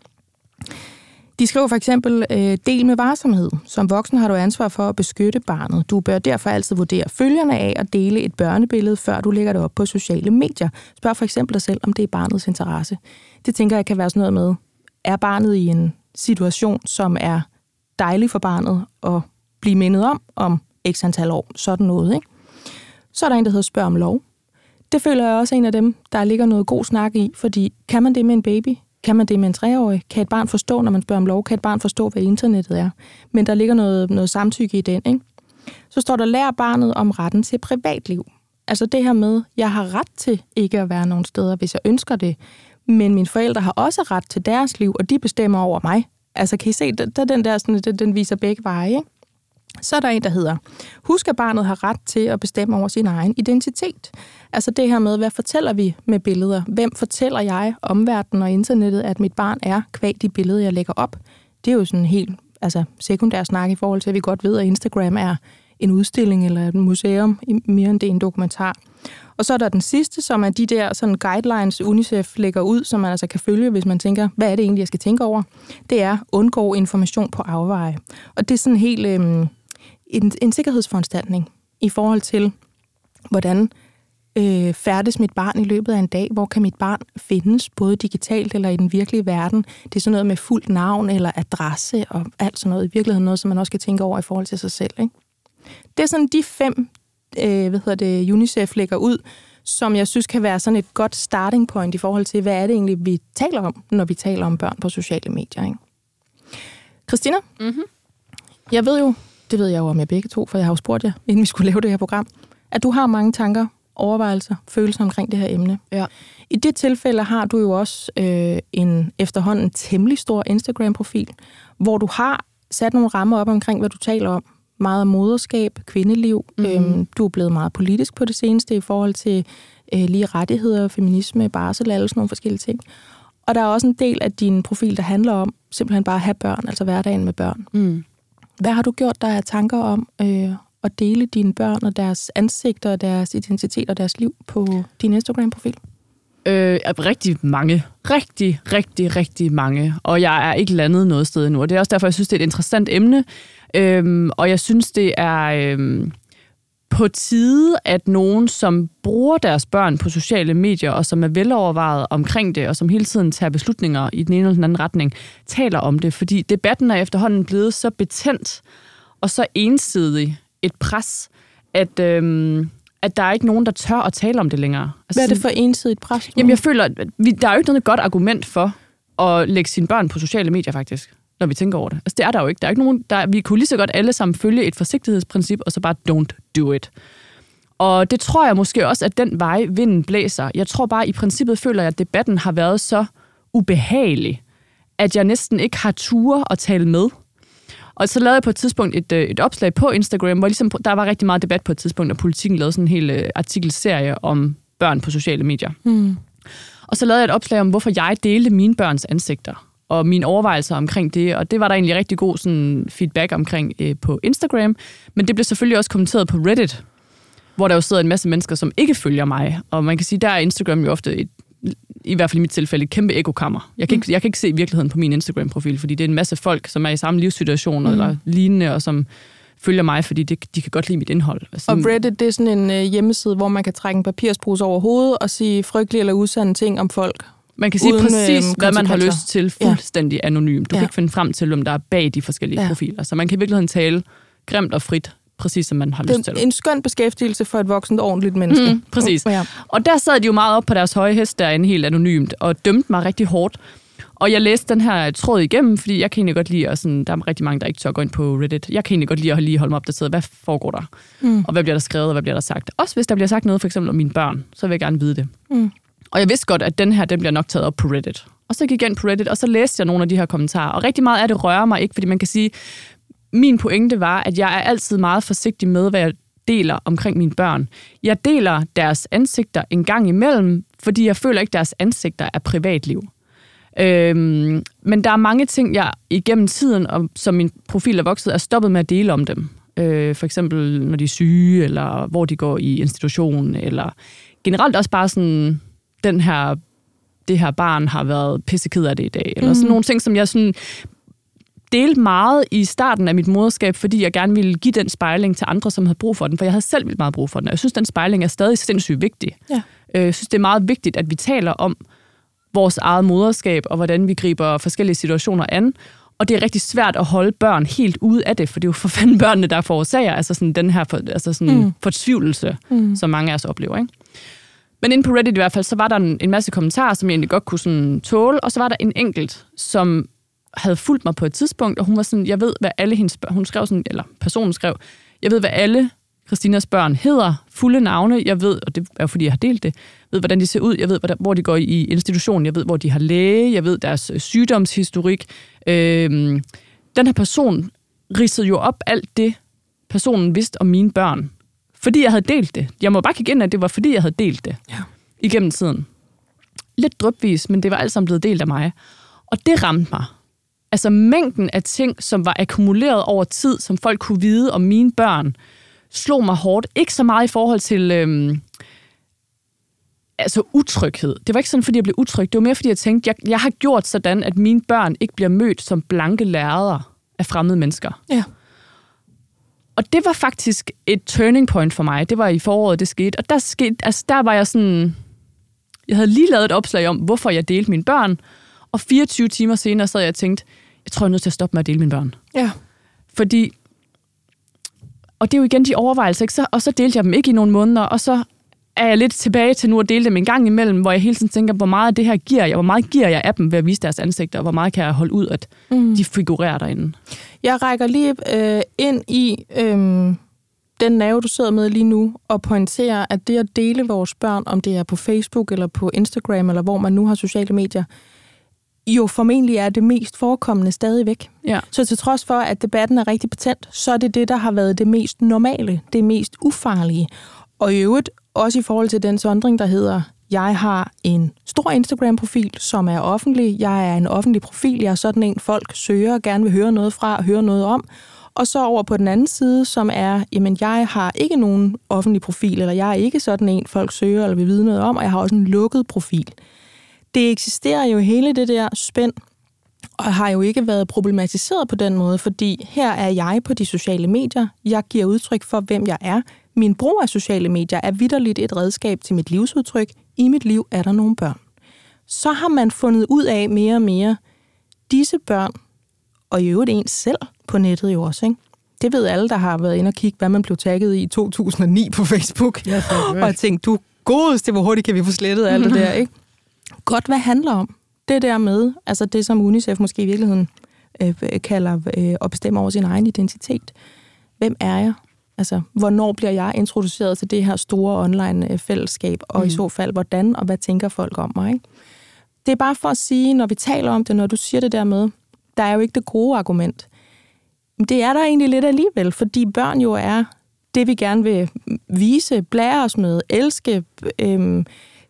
De skriver for eksempel, øh, del med varsomhed. Som voksen har du ansvar for at beskytte barnet. Du bør derfor altid vurdere følgerne af at dele et børnebillede, før du lægger det op på sociale medier. Spørg for eksempel dig selv, om det er barnets interesse. Det tænker jeg kan være sådan noget med, er barnet i en situation, som er dejlig for barnet at blive mindet om, om x antal år, sådan noget, ikke? Så er der en, der hedder spørg om lov. Det føler jeg også er en af dem, der ligger noget god snak i, fordi kan man det med en baby? Kan man det med en treårig? Kan et barn forstå, når man spørger om lov? Kan et barn forstå, hvad internettet er? Men der ligger noget, noget samtykke i den, ikke? Så står der, lær barnet om retten til privatliv. Altså det her med, jeg har ret til ikke at være nogen steder, hvis jeg ønsker det. Men mine forældre har også ret til deres liv, og de bestemmer over mig. Altså kan I se, der, den der, sådan, den, den viser begge veje, ikke? Så er der en, der hedder, husk at barnet har ret til at bestemme over sin egen identitet. Altså det her med, hvad fortæller vi med billeder? Hvem fortæller jeg omverdenen og internettet, at mit barn er kvad de billeder, jeg lægger op? Det er jo sådan en helt altså, sekundær snak i forhold til, at vi godt ved, at Instagram er en udstilling eller et museum, mere end det er en dokumentar. Og så er der den sidste, som er de der sådan guidelines, UNICEF lægger ud, som man altså kan følge, hvis man tænker, hvad er det egentlig, jeg skal tænke over? Det er undgå information på afveje. Og det er sådan helt øhm, en, en sikkerhedsforanstaltning i forhold til, hvordan øh, færdes mit barn i løbet af en dag? Hvor kan mit barn findes, både digitalt eller i den virkelige verden? Det er sådan noget med fuldt navn eller adresse og alt sådan noget. I virkeligheden noget, som man også skal tænke over i forhold til sig selv, ikke? Det er sådan de fem, øh, hvad hedder det, UNICEF lægger ud, som jeg synes kan være sådan et godt starting point i forhold til, hvad er det egentlig, vi taler om, når vi taler om børn på sociale medier, ikke? Christina, mm-hmm. jeg ved jo, det ved jeg jo om jer begge to, for jeg har jo spurgt jer, inden vi skulle lave det her program, at du har mange tanker, overvejelser, følelser omkring det her emne. Ja. I det tilfælde har du jo også øh, en efterhånden temmelig stor Instagram-profil, hvor du har sat nogle rammer op omkring, hvad du taler om. Meget om moderskab, kvindeliv. Mm. Øhm, du er blevet meget politisk på det seneste i forhold til øh, lige rettigheder, feminisme, barsel, alle sådan nogle forskellige ting. Og der er også en del af din profil, der handler om simpelthen bare at have børn, altså hverdagen med børn. Mm. Hvad har du gjort dig af tanker om øh, at dele dine børn og deres ansigter, deres identitet og deres liv på din Instagram-profil? Øh, rigtig mange. Rigtig, rigtig, rigtig mange. Og jeg er ikke landet noget sted endnu. Og det er også derfor, jeg synes, det er et interessant emne. Øhm, og jeg synes, det er øhm, på tide, at nogen, som bruger deres børn på sociale medier, og som er velovervejet omkring det, og som hele tiden tager beslutninger i den ene eller den anden retning, taler om det. Fordi debatten er efterhånden blevet så betændt, og så ensidig et pres, at... Øhm, at der er ikke nogen, der tør at tale om det længere. Altså, hvad er det for ensidigt pres? Jamen, jeg føler, at vi, der er jo ikke noget godt argument for at lægge sine børn på sociale medier, faktisk, når vi tænker over det. Altså, det er der jo ikke. Der er ikke nogen, der, vi kunne lige så godt alle sammen følge et forsigtighedsprincip, og så bare don't do it. Og det tror jeg måske også, at den vej vinden blæser. Jeg tror bare, i princippet føler jeg, at debatten har været så ubehagelig, at jeg næsten ikke har ture at tale med. Og så lavede jeg på et tidspunkt et, et opslag på Instagram, hvor ligesom, der var rigtig meget debat på et tidspunkt, og Politikken lavede sådan en hel uh, artikelserie om børn på sociale medier. Mm. Og så lavede jeg et opslag om, hvorfor jeg delte mine børns ansigter, og mine overvejelser omkring det, og det var der egentlig rigtig god sådan, feedback omkring uh, på Instagram, men det blev selvfølgelig også kommenteret på Reddit, hvor der jo sidder en masse mennesker, som ikke følger mig, og man kan sige, der er Instagram jo ofte et, i hvert fald i mit tilfælde, et kæmpe ekokammer. Jeg kan, ikke, jeg kan ikke se virkeligheden på min Instagram-profil, fordi det er en masse folk, som er i samme livssituation mm. eller lignende, og som følger mig, fordi det, de kan godt lide mit indhold. Altså, og Reddit, det er sådan en øh, hjemmeside, hvor man kan trække en papirspose over hovedet og sige frygtelige eller usande ting om folk. Man kan sige uden, præcis, øh, hvad man har lyst til, fuldstændig ja. anonymt. Du ja. kan ikke finde frem til, om der er bag de forskellige ja. profiler. Så man kan i virkeligheden tale grimt og frit, præcis som man har lyst til. Det er en skøn beskæftigelse for et voksent, ordentligt menneske. Mm, præcis. Ja. Og der sad de jo meget op på deres høje hest derinde helt anonymt, og dømte mig rigtig hårdt. Og jeg læste den her tråd igennem, fordi jeg kan egentlig godt lide, og sådan, der er rigtig mange, der ikke tør gå ind på Reddit. Jeg kan egentlig godt lide at lige holde mig opdateret. Hvad foregår der? Mm. Og hvad bliver der skrevet, og hvad bliver der sagt? Også hvis der bliver sagt noget, for eksempel om mine børn, så vil jeg gerne vide det. Mm. Og jeg vidste godt, at den her, den bliver nok taget op på Reddit. Og så gik jeg ind på Reddit, og så læste jeg nogle af de her kommentarer. Og rigtig meget af det rører mig ikke, fordi man kan sige, min pointe var, at jeg er altid meget forsigtig med, hvad jeg deler omkring mine børn. Jeg deler deres ansigter en gang imellem, fordi jeg føler ikke, at deres ansigter er privatliv. Øhm, men der er mange ting, jeg igennem tiden, og som min profil er vokset, er stoppet med at dele om dem. Øh, for eksempel, når de er syge, eller hvor de går i institution, eller generelt også bare sådan, den her, det her barn har været pisseked af det i dag, eller mm. sådan nogle ting, som jeg sådan delte meget i starten af mit moderskab, fordi jeg gerne ville give den spejling til andre, som havde brug for den, for jeg havde selv vildt meget brug for den, og jeg synes, den spejling er stadig sindssygt vigtig. Ja. Jeg synes, det er meget vigtigt, at vi taler om vores eget moderskab, og hvordan vi griber forskellige situationer an, og det er rigtig svært at holde børn helt ude af det, for det er jo for fanden børnene, der forårsager altså sådan den her for, altså sådan mm. fortvivlelse, mm. som mange af os oplever. Ikke? Men inde på Reddit i hvert fald, så var der en, en masse kommentarer, som jeg egentlig godt kunne sådan tåle, og så var der en enkelt, som havde fulgt mig på et tidspunkt, og hun var sådan, jeg ved, hvad alle hendes børn, hun skrev sådan, eller personen skrev, jeg ved, hvad alle Christinas børn hedder, fulde navne, jeg ved, og det er jo fordi, jeg har delt det, jeg ved, hvordan de ser ud, jeg ved, hvor de går i institution, jeg ved, hvor de har læge, jeg ved deres sygdomshistorik. Øhm, den her person ridsede jo op alt det, personen vidste om mine børn, fordi jeg havde delt det. Jeg må bare kigge ind, at det var fordi, jeg havde delt det ja. igennem tiden. Lidt drypvis, men det var alt sammen blevet delt af mig. Og det ramte mig. Altså mængden af ting, som var akkumuleret over tid, som folk kunne vide om mine børn, slog mig hårdt. Ikke så meget i forhold til øhm, altså utryghed. Det var ikke sådan, fordi jeg blev utryg. Det var mere, fordi jeg tænkte, jeg, jeg har gjort sådan, at mine børn ikke bliver mødt som blanke lærere af fremmede mennesker. Ja. Og det var faktisk et turning point for mig. Det var i foråret, det skete. Og der, skete, altså, der var jeg sådan... Jeg havde lige lavet et opslag om, hvorfor jeg delte mine børn. Og fireogtyve timer senere sad jeg og tænkte, jeg tror, jeg er nødt til at stoppe med at dele mine børn. Ja. Fordi... Og det er jo igen de overvejelser, ikke? Så, og så delte jeg dem ikke i nogle måneder, og så er jeg lidt tilbage til nu at dele dem en gang imellem, hvor jeg hele tiden tænker, hvor meget af det her giver jeg, hvor meget giver jeg af dem ved at vise deres ansigter, og hvor meget kan jeg holde ud, at mm. de figurerer derinde. Jeg rækker lige øh, ind i øh, den nerve, du sidder med lige nu, og pointerer, at det at dele vores børn, om det er på Facebook eller på Instagram, eller hvor man nu har sociale medier, jo formentlig er det mest forekommende stadigvæk. Ja. Så til trods for, at debatten er rigtig patent, så er det det, der har været det mest normale, det mest ufarlige. Og i øvrigt også i forhold til den sondring, der hedder, jeg har en stor Instagram-profil, som er offentlig. Jeg er en offentlig profil. Jeg er sådan en, folk søger og gerne vil høre noget fra og høre noget om. Og så over på den anden side, som er, jamen jeg har ikke nogen offentlig profil, eller jeg er ikke sådan en, folk søger eller vil vide noget om, og jeg har også en lukket profil. Det eksisterer jo hele det der spænd, og har jo ikke været problematiseret på den måde, fordi her er jeg på de sociale medier. Jeg giver udtryk for, hvem jeg er. Min brug af sociale medier er vitterligt et redskab til mit livsudtryk. I mit liv er der nogle børn. Så har man fundet ud af mere og mere, disse børn, og i øvrigt ens selv på nettet jo også, ikke? Det ved alle, der har været inde og kigge, hvad man blev tagget i to tusind og ni på Facebook. Ja, og jeg tænkte, du godeste, hvor hurtigt kan vi få slettet alt det der, ikke? Godt, hvad handler om? Det der med, altså det som UNICEF måske i virkeligheden øh, kalder øh, at bestemme over sin egen identitet. Hvem er jeg? Altså, hvornår bliver jeg introduceret til det her store online-fællesskab, og mm. i så fald, hvordan og hvad tænker folk om mig? Ikke? Det er bare for at sige, når vi taler om det, når du siger det der med, der er jo ikke det gode argument. Det er der egentlig lidt alligevel, fordi børn jo er det, vi gerne vil vise, blære os med, elske, øhm,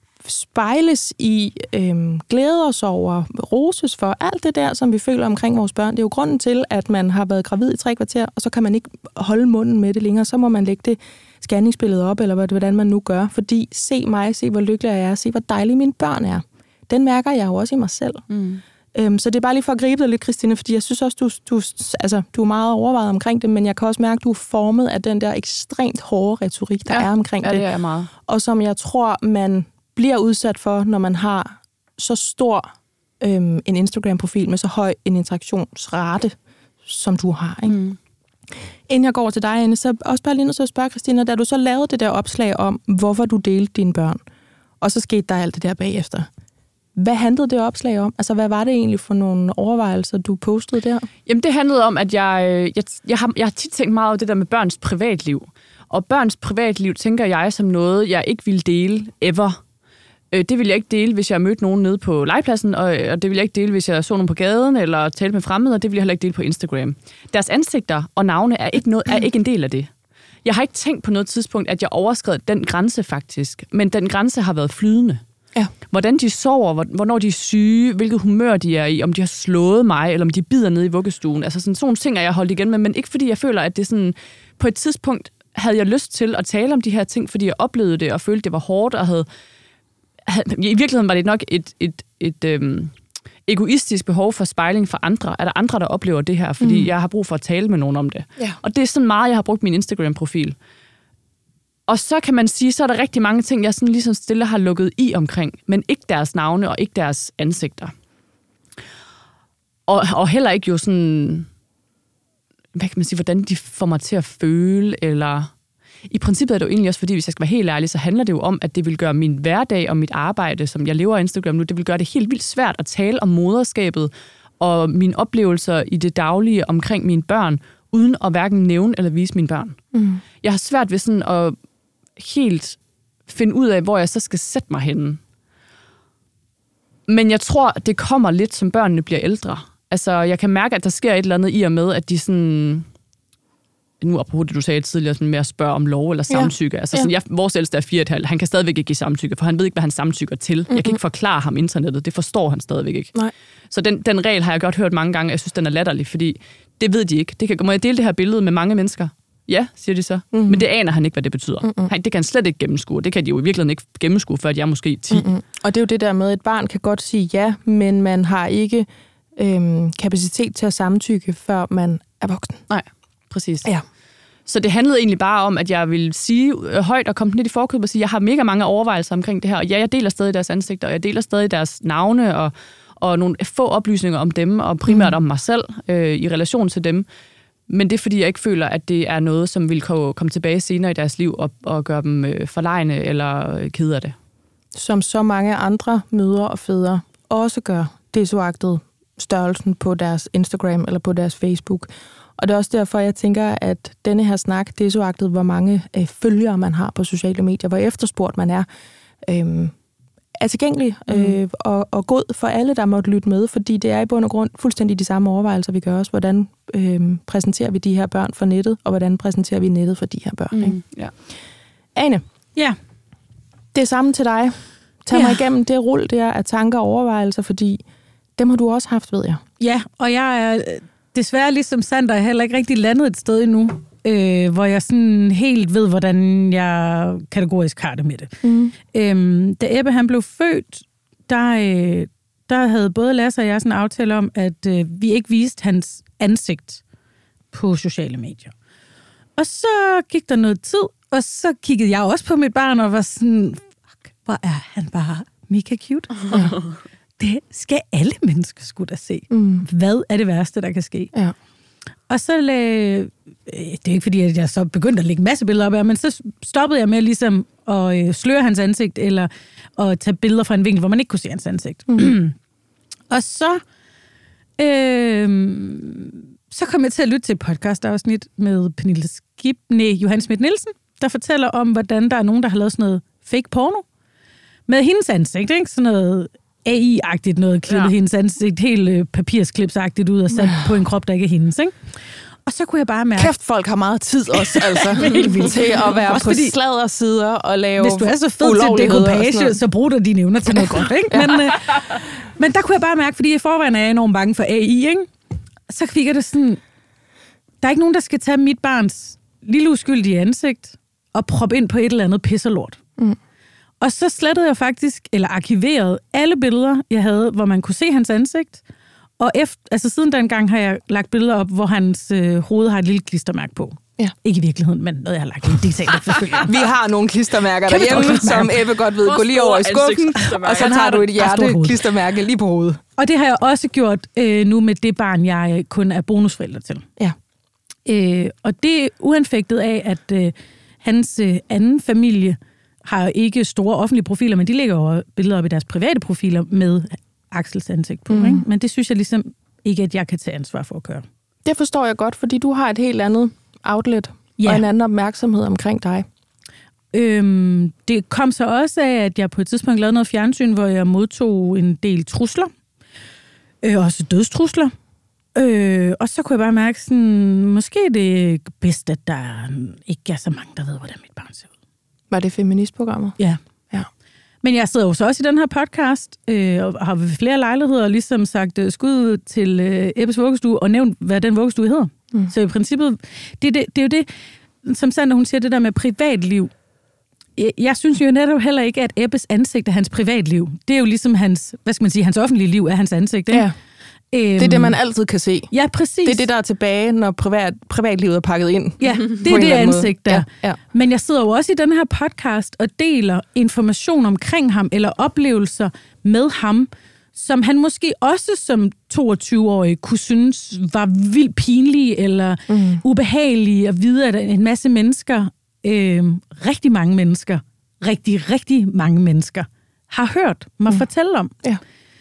spejles i, øhm, glæde os over, roses for, alt det der, som vi føler omkring vores børn. Det er jo grunden til, at man har været gravid i tre kvarter, og så kan man ikke holde munden med det længere. Så må man lægge det scanningsbillede op, eller hvordan man nu gør. Fordi se mig, se hvor lykkelig jeg er, se hvor dejlige mine børn er. Den mærker jeg jo også i mig selv. Mm. Øhm, så det er bare lige for at gribe dig lidt, Christine, fordi jeg synes også, du, du, altså, du er meget overvejet omkring det, men jeg kan også mærke, at du er formet af den der ekstremt hårde retorik, der ja, er omkring ja, det. Ja, det er meget. Og som jeg tror, man bliver udsat for, når man har så stor øhm, en Instagram-profil med så høj en interaktionsrate, som du har. Ikke? Mm. Inden jeg går til dig, Anne, så også bare lige nødt til at spørge, Christina, da du så lavede det der opslag om, hvorfor du delte dine børn, og så skete der alt det der bagefter. Hvad handlede det opslag om? Altså, hvad var det egentlig for nogle overvejelser, du postede der? Jamen, det handlede om, at jeg, jeg, jeg, har, jeg har tit tænkt meget over det der med børns privatliv. Og børns privatliv tænker jeg som noget, jeg ikke ville dele ever. Øh, det ville jeg ikke dele, hvis jeg mødte nogen nede på legepladsen, og, og det ville jeg ikke dele, hvis jeg så nogen på gaden, eller talte med fremmede, og det ville jeg heller ikke dele på Instagram. Deres ansigter og navne er ikke, noget, er ikke en del af det. Jeg har ikke tænkt på noget tidspunkt, at jeg overskred den grænse faktisk, men den grænse har været flydende. Ja. Hvordan de sover, hvornår de er syge, hvilket humør de er i, om de har slået mig, eller om de bider nede i vuggestuen. Altså sådan, sådan nogle ting, er jeg holdt igen med, men ikke fordi jeg føler, at det sådan, på et tidspunkt havde jeg lyst til at tale om de her ting, fordi jeg oplevede det og følte, det var hårdt, og havde, havde i virkeligheden var det nok et, et, et øhm, egoistisk behov for spejling fra andre. Er der andre, der oplever det her, fordi mm. jeg har brug for at tale med nogen om det. Ja. Og det er sådan meget, jeg har brugt min Instagram-profil. Og så kan man sige, så er der rigtig mange ting, jeg sådan ligesom stille har lukket i omkring, men ikke deres navne og ikke deres ansigter. Og, og heller ikke jo sådan, hvad kan man sige, hvordan de får mig til at føle, eller i princippet er det jo egentlig også, fordi hvis jeg skal være helt ærlig, så handler det jo om, at det vil gøre min hverdag og mit arbejde, som jeg lever af Instagram nu, det vil gøre det helt vildt svært at tale om moderskabet og mine oplevelser i det daglige omkring mine børn, uden at hverken nævne eller vise mine børn. Mm. Jeg har svært ved sådan at helt finde ud af, hvor jeg så skal sætte mig henne. Men jeg tror, det kommer lidt, som børnene bliver ældre. Altså, jeg kan mærke, at der sker et eller andet i og med, at de sådan... Nu apropos det, du sagde tidligere, sådan med at spørge om lov eller samtykke. Ja. Altså, sådan, jeg, vores ældste er fire og et halvt. Han kan stadigvæk ikke give samtykke, for han ved ikke, hvad han samtykker til. Mm-hmm. Jeg kan ikke forklare ham internettet. Det forstår han stadigvæk ikke. Nej. Så den, den regel har jeg godt hørt mange gange. Jeg synes, den er latterlig, fordi det ved de ikke. Det kan, må jeg dele det her billede med mange mennesker? Ja, siger de så. Mm-hmm. Men det aner han ikke, hvad det betyder. Mm-hmm. Han, det kan han slet ikke gennemskue. Det kan de jo i virkeligheden ikke gennemskue, før de er måske ti. Mm-hmm. Og det er jo det der med, at et barn kan godt sige ja, men man har ikke øhm, kapacitet til at samtykke, før man er voksen. Nej, præcis. Ja. Så det handlede egentlig bare om, at jeg ville sige højt og komme lidt i forkøbet og sige, at jeg har mega mange overvejelser omkring det her. Og ja, jeg deler stadig deres ansigter, og jeg deler stadig deres navne og, og nogle få oplysninger om dem, og primært mm. om mig selv øh, i relation til dem. Men det er, fordi jeg ikke føler, at det er noget, som vil komme tilbage senere i deres liv og, og gøre dem øh, forlegne eller kede af det. Som så mange andre mødre og fædre også gør, desuagtet størrelsen på deres Instagram eller på deres Facebook. Og det er også derfor, jeg tænker, at denne her snak, det er så agtet, hvor mange øh, følgere man har på sociale medier, hvor efterspurgt man er, øh, er tilgængelig øh, mm. og, og god for alle, der måtte lytte med, fordi det er i bund og grund fuldstændig de samme overvejelser, vi gør os. Hvordan øh, præsenterer vi de her børn for nettet, og hvordan præsenterer vi nettet for de her børn? Mm. Ikke? Ja. Ane, ja. Det er samme til dig. Tag ja. mig igennem det rul der af tanker og overvejelser, fordi dem har du også haft, ved jeg. Ja, og jeg er... Desværre ligesom Sander, jeg heller ikke rigtig landet et sted endnu, øh, hvor jeg sådan helt ved, hvordan jeg kategorisk har det med det. Mm. Øhm, da Ebbe han blev født, der, øh, der havde både Lasse og jeg sådan en aftale om, at øh, vi ikke viste hans ansigt på sociale medier. Og så gik der noget tid, og så kiggede jeg også på mit barn og var sådan, fuck, hvor er han bare mega cute. Ja. Det skal alle mennesker skulle da se. Mm. Hvad er det værste, der kan ske? Ja. Og så, øh, det er ikke fordi, at jeg så begyndte at lægge en masse billeder op af, men så stoppede jeg med ligesom at øh, sløre hans ansigt, eller at tage billeder fra en vinkel, hvor man ikke kunne se hans ansigt. Mm. Og så, øh, så kom jeg til at lytte til et podcast-afsnit med Pernille Skib, nej, Johan Schmidt Nielsen, der fortæller om, hvordan der er nogen, der har lavet sådan noget fake porno med hendes ansigt, ikke? Sådan noget A I-agtigt noget, klippet ja. hendes ansigt helt øh, papirsklipsagtigt ud og sat ja. på en krop, der ikke er hendes, ikke? Og så kunne jeg bare mærke... Kæft, folk har meget tid også, altså. til at være også på fordi, sladdersider og lave hvis du er så fed til dekopage, så brug du dine evner til noget godt, ikke? Men, øh, men der kunne jeg bare mærke, fordi i forvejen er jeg enormt bange for A I, ikke? Så fik jeg det sådan... Der er ikke nogen, der skal tage mit barns lille uskyldige ansigt og proppe ind på et eller andet pisserlort. Mm. Og så slettede jeg faktisk, eller arkiverede alle billeder, jeg havde, hvor man kunne se hans ansigt. Og efter, altså siden dengang har jeg lagt billeder op, hvor hans øh, hoved har et lille klistermærke på. Ja. Ikke i virkeligheden, men noget, jeg har lagt i digitalt. Vi har nogle klistermærker derhjemme, som Ebbe godt ved. Gå lige over i skuffen, og så tager du et hjerte-klistermærke lige på hovedet. Og det har jeg også gjort øh, nu med det barn, jeg kun er bonusforælder til. Ja. Øh, og det er uanfægtet af, at øh, hans øh, anden familie har ikke store offentlige profiler, men de lægger jo billeder op i deres private profiler med Axels ansigt på. Mm. Ikke? Men det synes jeg ligesom ikke, at jeg kan tage ansvar for at gøre. Det forstår jeg godt, fordi du har et helt andet outlet ja. og en anden opmærksomhed omkring dig. Øhm, det kom så også af, at jeg på et tidspunkt lavede noget fjernsyn, hvor jeg modtog en del trusler. Øh, også dødstrusler. Øh, og så kunne jeg bare mærke, sådan, måske er det bedst, at der ikke er så mange, der ved, hvordan mit barn ser ud. Var det feministprogrammet? Ja. Ja. Men jeg sidder jo så også i den her podcast, øh, og har ved flere lejligheder ligesom sagt øh, skud til øh, Ebbes vuggestue, og nævnt, hvad den vuggestue hedder. Mm. Så i princippet, det, det, det er jo det, som Sandra, hun siger, det der med privatliv. Jeg, jeg synes jo netop heller ikke, at Ebbes ansigt er hans privatliv. Det er jo ligesom hans, hvad skal man sige, hans offentlige liv er hans ansigt, ikke? Ja. Det er det, man altid kan se. Ja, præcis. Det er det, der er tilbage, når privat, privatlivet er pakket ind. Ja, det er det ansigt der. Ja, ja. Men jeg sidder jo også i den her podcast og deler information omkring ham, eller oplevelser med ham, som han måske også som toogtyve-årig kunne synes var vildt pinlige, eller mm. ubehagelige at vide, at en masse mennesker, øh, rigtig mange mennesker, rigtig, rigtig mange mennesker, har hørt mig mm. fortælle om. Ja.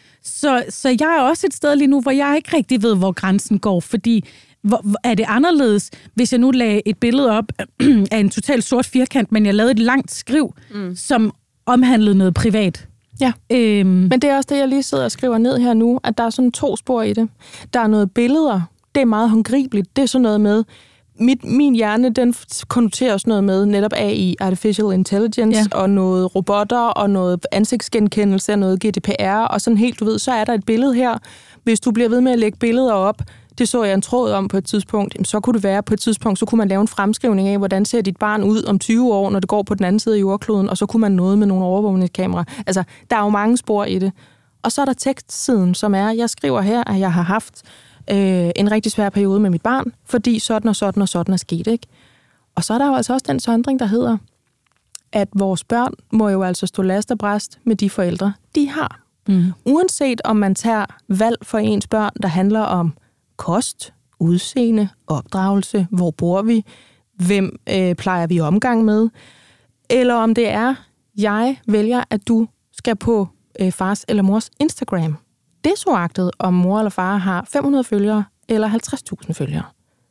Så, så jeg er også et sted lige nu, hvor jeg ikke rigtig ved, hvor grænsen går, fordi hvor, er det anderledes, hvis jeg nu lagde et billede op af en totalt sort firkant, men jeg lavede et langt skriv, mm. som omhandlede noget privat. Ja, øhm. men det er også det, jeg lige sidder og skriver ned her nu, at der er sådan to spor i det. Der er noget billeder, det er meget håndgribeligt, det er sådan noget med, Mit, min hjerne, den konnoterer også noget med netop A I, Artificial Intelligence, ja. Og noget robotter, og noget ansigtsgenkendelse, og noget G D P R, og sådan helt, du ved, så er der et billede her. Hvis du bliver ved med at lægge billeder op, det så jeg en tråd om på et tidspunkt, så kunne det være på et tidspunkt, så kunne man lave en fremskrivning af, hvordan ser dit barn ud om tyve år, når det går på den anden side af jordkloden, og så kunne man noget med nogle overvågningskameraer. Altså, der er jo mange spor i det. Og så er der tekstsiden, som er, jeg skriver her, at jeg har haft Øh, en rigtig svær periode med mit barn, fordi sådan og sådan og sådan er sket, ikke? Og så er der jo altså også den sondring, der hedder, at vores børn må jo altså stå last og bræst med de forældre, de har. Mm. Uanset om man tager valg for ens børn, der handler om kost, udseende, opdragelse, hvor bor vi, hvem øh, plejer vi omgang med, eller om det er, jeg vælger, at du skal på øh, fars eller mors Instagram. Desuagtet, om mor eller far har fem hundrede følgere eller halvtreds tusind følgere.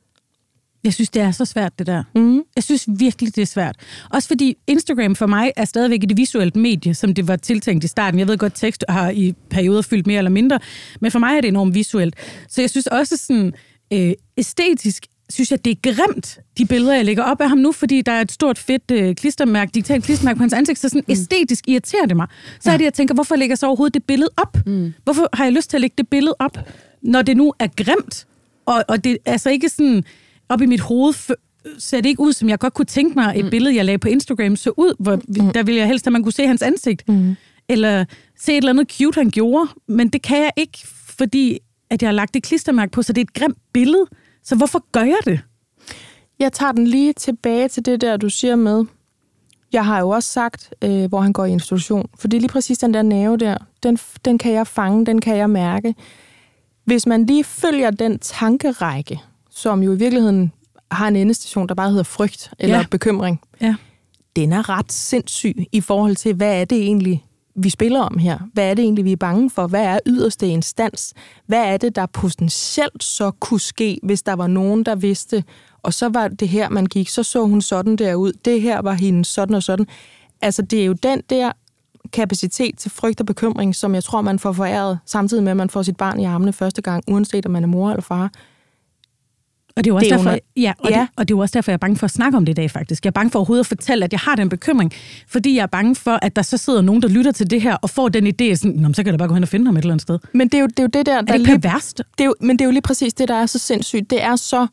Jeg synes, det er så svært, det der. Mm. Jeg synes virkelig, det er svært. Også fordi Instagram for mig er stadigvæk et visuelt medie, som det var tiltænkt i starten. Jeg ved godt, tekst har i perioder fyldt mere eller mindre, men for mig er det enormt visuelt. Så jeg synes også sådan øh, æstetisk, synes jeg, det er grimt, de billeder, jeg lægger op af ham nu, fordi der er et stort, fedt øh, klistermærke, digitalt klistermærke på hans ansigt, så sådan mm. æstetisk irriterer det mig. Så ja. er det, jeg tænker, hvorfor lægger så overhovedet det billede op? Mm. Hvorfor har jeg lyst til at lægge det billede op, når det nu er grimt? Og, og det er altså ikke sådan, op i mit hoved ser det ikke ud, som jeg godt kunne tænke mig, et mm. billede, jeg lagde på Instagram, så ud, hvor mm. der ville jeg helst, at man kunne se hans ansigt. Mm. Eller se et eller andet cute, han gjorde. Men det kan jeg ikke, fordi at jeg har lagt det klistermærke på, så det er et grimt billede. Så hvorfor gør jeg det? Jeg tager den lige tilbage til det der, du siger med. Jeg har jo også sagt, øh, hvor han går i institution. For det er lige præcis den der nerve der. Den, den kan jeg fange, den kan jeg mærke. Hvis man lige følger den tankerække, som jo i virkeligheden har en endestation, der bare hedder frygt eller ja. bekymring. Ja. Den er ret sindssyg i forhold til, hvad er det egentlig, vi spiller om her? Hvad er det egentlig, vi er bange for? Hvad er yderste instans? Hvad er det, der potentielt så kunne ske, hvis der var nogen, der vidste, og så var det her, man gik, så så hun sådan derud. Det her var hende sådan og sådan. Altså, det er jo den der kapacitet til frygt og bekymring, som jeg tror, man får foræret, samtidig med, at man får sit barn i armene første gang, uanset om man er mor eller far. Og det er jo også det er derfor, ja, og, ja. Det, og det er jo også derfor, jeg er bange for at snakke om det i dag, faktisk. Jeg er bange for overhovedet at fortælle, at jeg har den bekymring, fordi jeg er bange for, at der så sidder nogen, der lytter til det her, og får den idé, sådan, så kan jeg da bare gå hen og finde ham et eller andet sted. Men det er jo det, er jo det der... der er det lige, perverst? Det er jo, men det er jo lige præcis det, der er så sindssygt. Det er så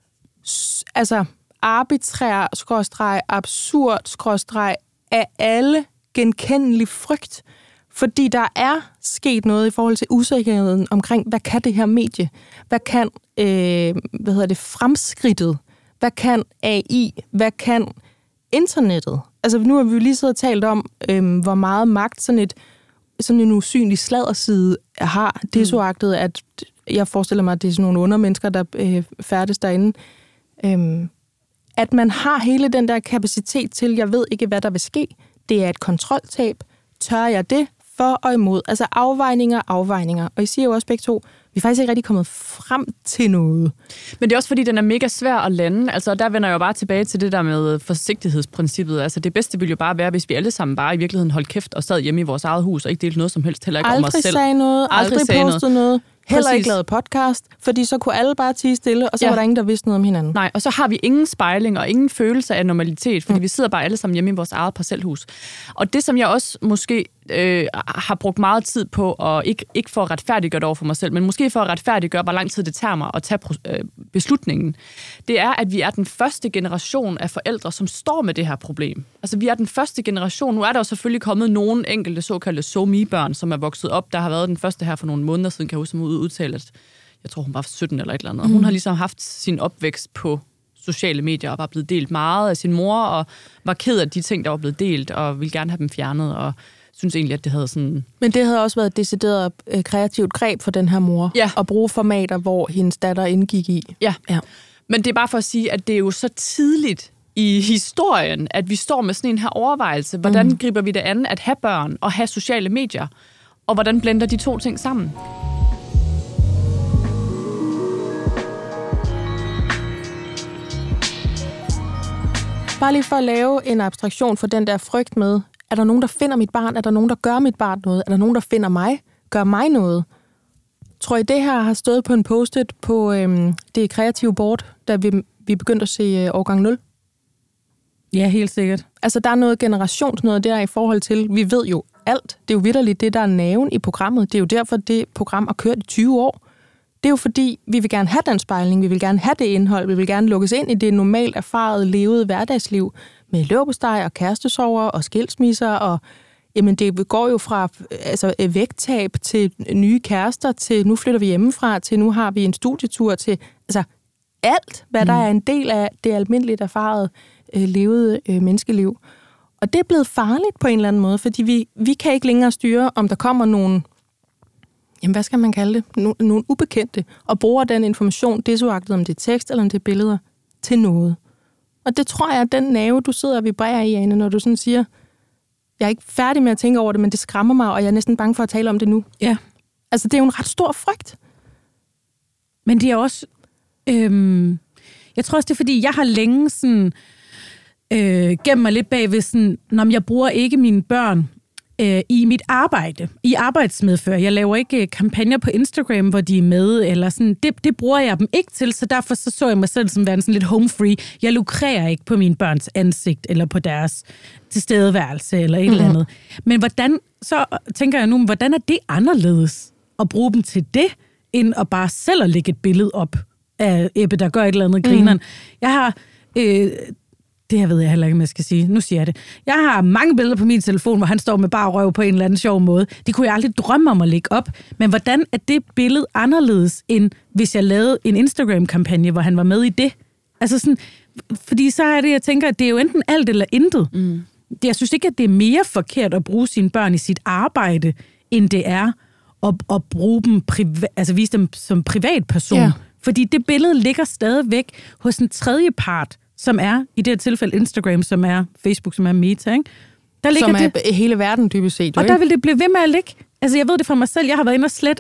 altså, arbitrær, skråstreg, absurd, skråstreg, af alle genkendelig frygt. Fordi der er sket noget i forhold til usikkerheden omkring, hvad kan det her medie? Hvad kan øh, hvad hedder det, fremskridtet? Hvad kan A I? Hvad kan internettet? Altså nu har vi jo lige siddet og talt om, øh, hvor meget magt sådan, et, sådan en usynlig sladderside har. Det er så agtet, at jeg forestiller mig, at det er sådan nogle undermennesker, der øh, færdes derinde. Øh, at man har hele den der kapacitet til, jeg ved ikke, hvad der vil ske. Det er et kontroltab. Tør jeg det? for og imod. Altså afvejninger, afvejninger. Og I siger jo også begge to, vi er faktisk ikke rigtig kommet frem til noget. Men det er også fordi, den er mega svær at lande. Altså, der vender jeg jo bare tilbage til det der med forsigtighedsprincippet. Altså, det bedste ville jo bare være, hvis vi alle sammen bare i virkeligheden holdt kæft og sad hjemme i vores eget hus og ikke delte noget som helst, heller ikke aldrig om os selv. Sagde noget, aldrig, aldrig postet noget. noget. Heller Præcis. ikke lavet podcast, fordi så kunne alle bare tie stille, og så ja. var der ingen, der vidste noget om hinanden. Nej, og så har vi ingen spejling og ingen følelse af normalitet, fordi mm. vi sidder bare alle sammen hjemme i vores eget parcelhus. Og det, som jeg også måske øh, har brugt meget tid på, og ikke, ikke for at retfærdiggøre det over for mig selv, men måske for at retfærdiggøre, hvor lang tid det tager mig at tage øh, beslutningen, det er, at vi er den første generation af forældre, som står med det her problem. Altså, vi er den første generation. Nu er der jo selvfølgelig kommet nogle enkelte såkaldte SoMe-børn, som er vokset op. Der har været den første her for nogle måneder siden, kan jeg huske, som udtalt, at jeg tror, hun var sytten eller et eller andet. Mm. Hun har ligesom haft sin opvækst på sociale medier og var blevet delt meget af sin mor, og var ked af de ting, der var blevet delt, og ville gerne have dem fjernet, og synes egentlig, at det havde sådan... Men det havde også været et decideret øh, kreativt greb for den her mor, ja. at bruge formater, hvor hendes datter indgik i. Ja. ja, men det er bare for at sige, at det er jo så tidligt i historien, at vi står med sådan en her overvejelse. Hvordan mm. griber vi det an at have børn og have sociale medier? Og hvordan blender de to ting sammen? Bare lige for at lave en abstraktion for den der frygt med, er der nogen, der finder mit barn? Er der nogen, der gør mit barn noget? Er der nogen, der finder mig? Gør mig noget? Tror I, det her har stået på en post-it på øhm, det kreative board, da vi, vi begyndte at se øh, årgang nul? Ja, helt sikkert. Altså, der er noget generationsnød der i forhold til, vi ved jo alt. Det er jo vitterligt det, der er nerven i programmet. Det er jo derfor, det program har kørt i tyve år. Det er jo fordi, vi vil gerne have den spejling, vi vil gerne have det indhold, vi vil gerne lukkes ind i det normalt erfarede, levede hverdagsliv med leverpostej og kærestesorger og skilsmisser, og jamen, det går jo fra altså, vægttab til nye kærester, til nu flytter vi hjemmefra, til nu har vi en studietur, til altså alt, hvad mm. der er en del af det almindeligt erfarede, øh, levede øh, menneskeliv. Og det er blevet farligt på en eller anden måde, fordi vi, vi kan ikke længere styre, om der kommer nogen, jamen hvad skal man kalde det, no, nogle ubekendte, og bruger den information, desuagtet om det er tekst eller om det er billeder, til noget. Og det tror jeg, at den nerve, du sidder og vibrerer i, Ane, når du sådan siger, jeg er ikke færdig med at tænke over det, men det skræmmer mig, og jeg er næsten bange for at tale om det nu. Ja. Altså, det er jo en ret stor frygt. Men det er også, øhm, jeg tror også, det er fordi, jeg har længe sådan, øh, gemt mig lidt bagved sådan, når jeg bruger ikke mine børn øh, i mit arbejde, i arbejdsmedfør. Jeg laver ikke kampagner på Instagram, hvor de er med, eller sådan, det, det bruger jeg dem ikke til, så derfor så, så jeg mig selv som værende sådan lidt home free. Jeg lukrerer ikke på mine børns ansigt, eller på deres tilstedeværelse, eller et mm-hmm. eller andet. Men hvordan, så tænker jeg nu, hvordan er det anderledes at bruge dem til det, end at bare selv at lægge et billede op af Ebbe, der gør et eller andet grineren. Mm. Jeg har... Øh, det her ved jeg heller ikke, om jeg skal sige. Nu siger jeg det. Jeg har mange billeder på min telefon, hvor han står med bare røv på en eller anden sjov måde. Det kunne jeg aldrig drømme om at lægge op. Men hvordan er det billede anderledes, end hvis jeg lavede en Instagram-kampagne, hvor han var med i det? Altså sådan, fordi så er det, jeg tænker, at det er jo enten alt eller intet. Mm. Jeg synes ikke, at det er mere forkert at bruge sine børn i sit arbejde, end det er at, at bruge dem, priva- altså vise dem som privatperson. Ja. Fordi det billede ligger stadigvæk hos en tredje part, som er, i det her tilfælde Instagram, som er Facebook, som er Meta, ikke? Der ligger som er det, hele verden dybest set. Og ikke? der vil det blive ved med at ligge. Altså, jeg ved det fra mig selv. Jeg har været inde og slet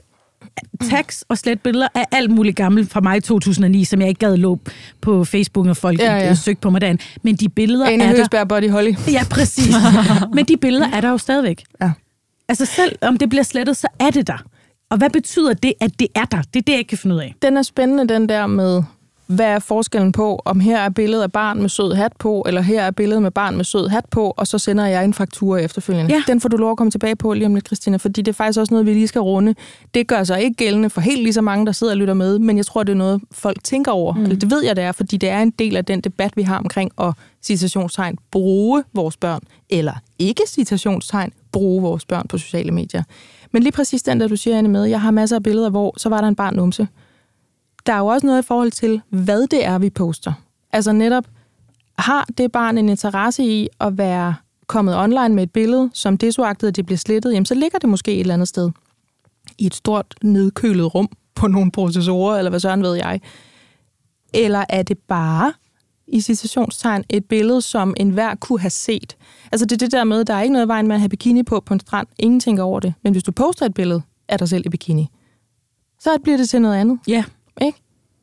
tags og slet billeder af alt muligt gammelt fra mig i to tusind og ni, som jeg ikke gad lå på Facebook, og folk ja, ja. søgte på mig derinde. Men de billeder Ane er der... Høsberg Body Holly. Ja, præcis. Men de billeder er der jo stadigvæk. Ja. Altså, selv om det bliver slettet, så er det der. Og hvad betyder det, at det er der? Det er det, jeg ikke kan finde ud af. Den er spændende, den der med... Hvad er forskellen på, om her er billedet af barn med sød hat på, eller her er billedet med barn med sød hat på, og så sender jeg en faktura efterfølgende. Ja. Den får du lov at komme tilbage på lige om lidt, Christina, fordi det er faktisk også noget, vi lige skal runde. Det gør sig ikke gældende for helt lige så mange, der sidder og lytter med, men jeg tror, det er noget, folk tænker over. Mm. Eller det ved jeg, det er, fordi det er en del af den debat, vi har omkring at citationstegn bruge vores børn, eller ikke citationstegn bruge vores børn på sociale medier. Men lige præcis den, der du siger, Anne, med, jeg har masser af billeder, hvor så var der en barn numse. Der er jo også noget i forhold til, hvad det er, vi poster. Altså netop, har det barn en interesse i at være kommet online med et billede, som desuagtet, at det bliver slettet, jamen så ligger det måske et eller andet sted. I et stort nedkølet rum på nogle processorer, eller hvad sådan ved jeg. Eller er det bare i citationstegn, et billede, som enhver kunne have set. Altså det er det der med, der er ikke noget vejen med at have bikini på på en strand. Ingen tænker over det. Men hvis du poster et billede af dig selv i bikini, så bliver det til noget andet. Ja. Ikke?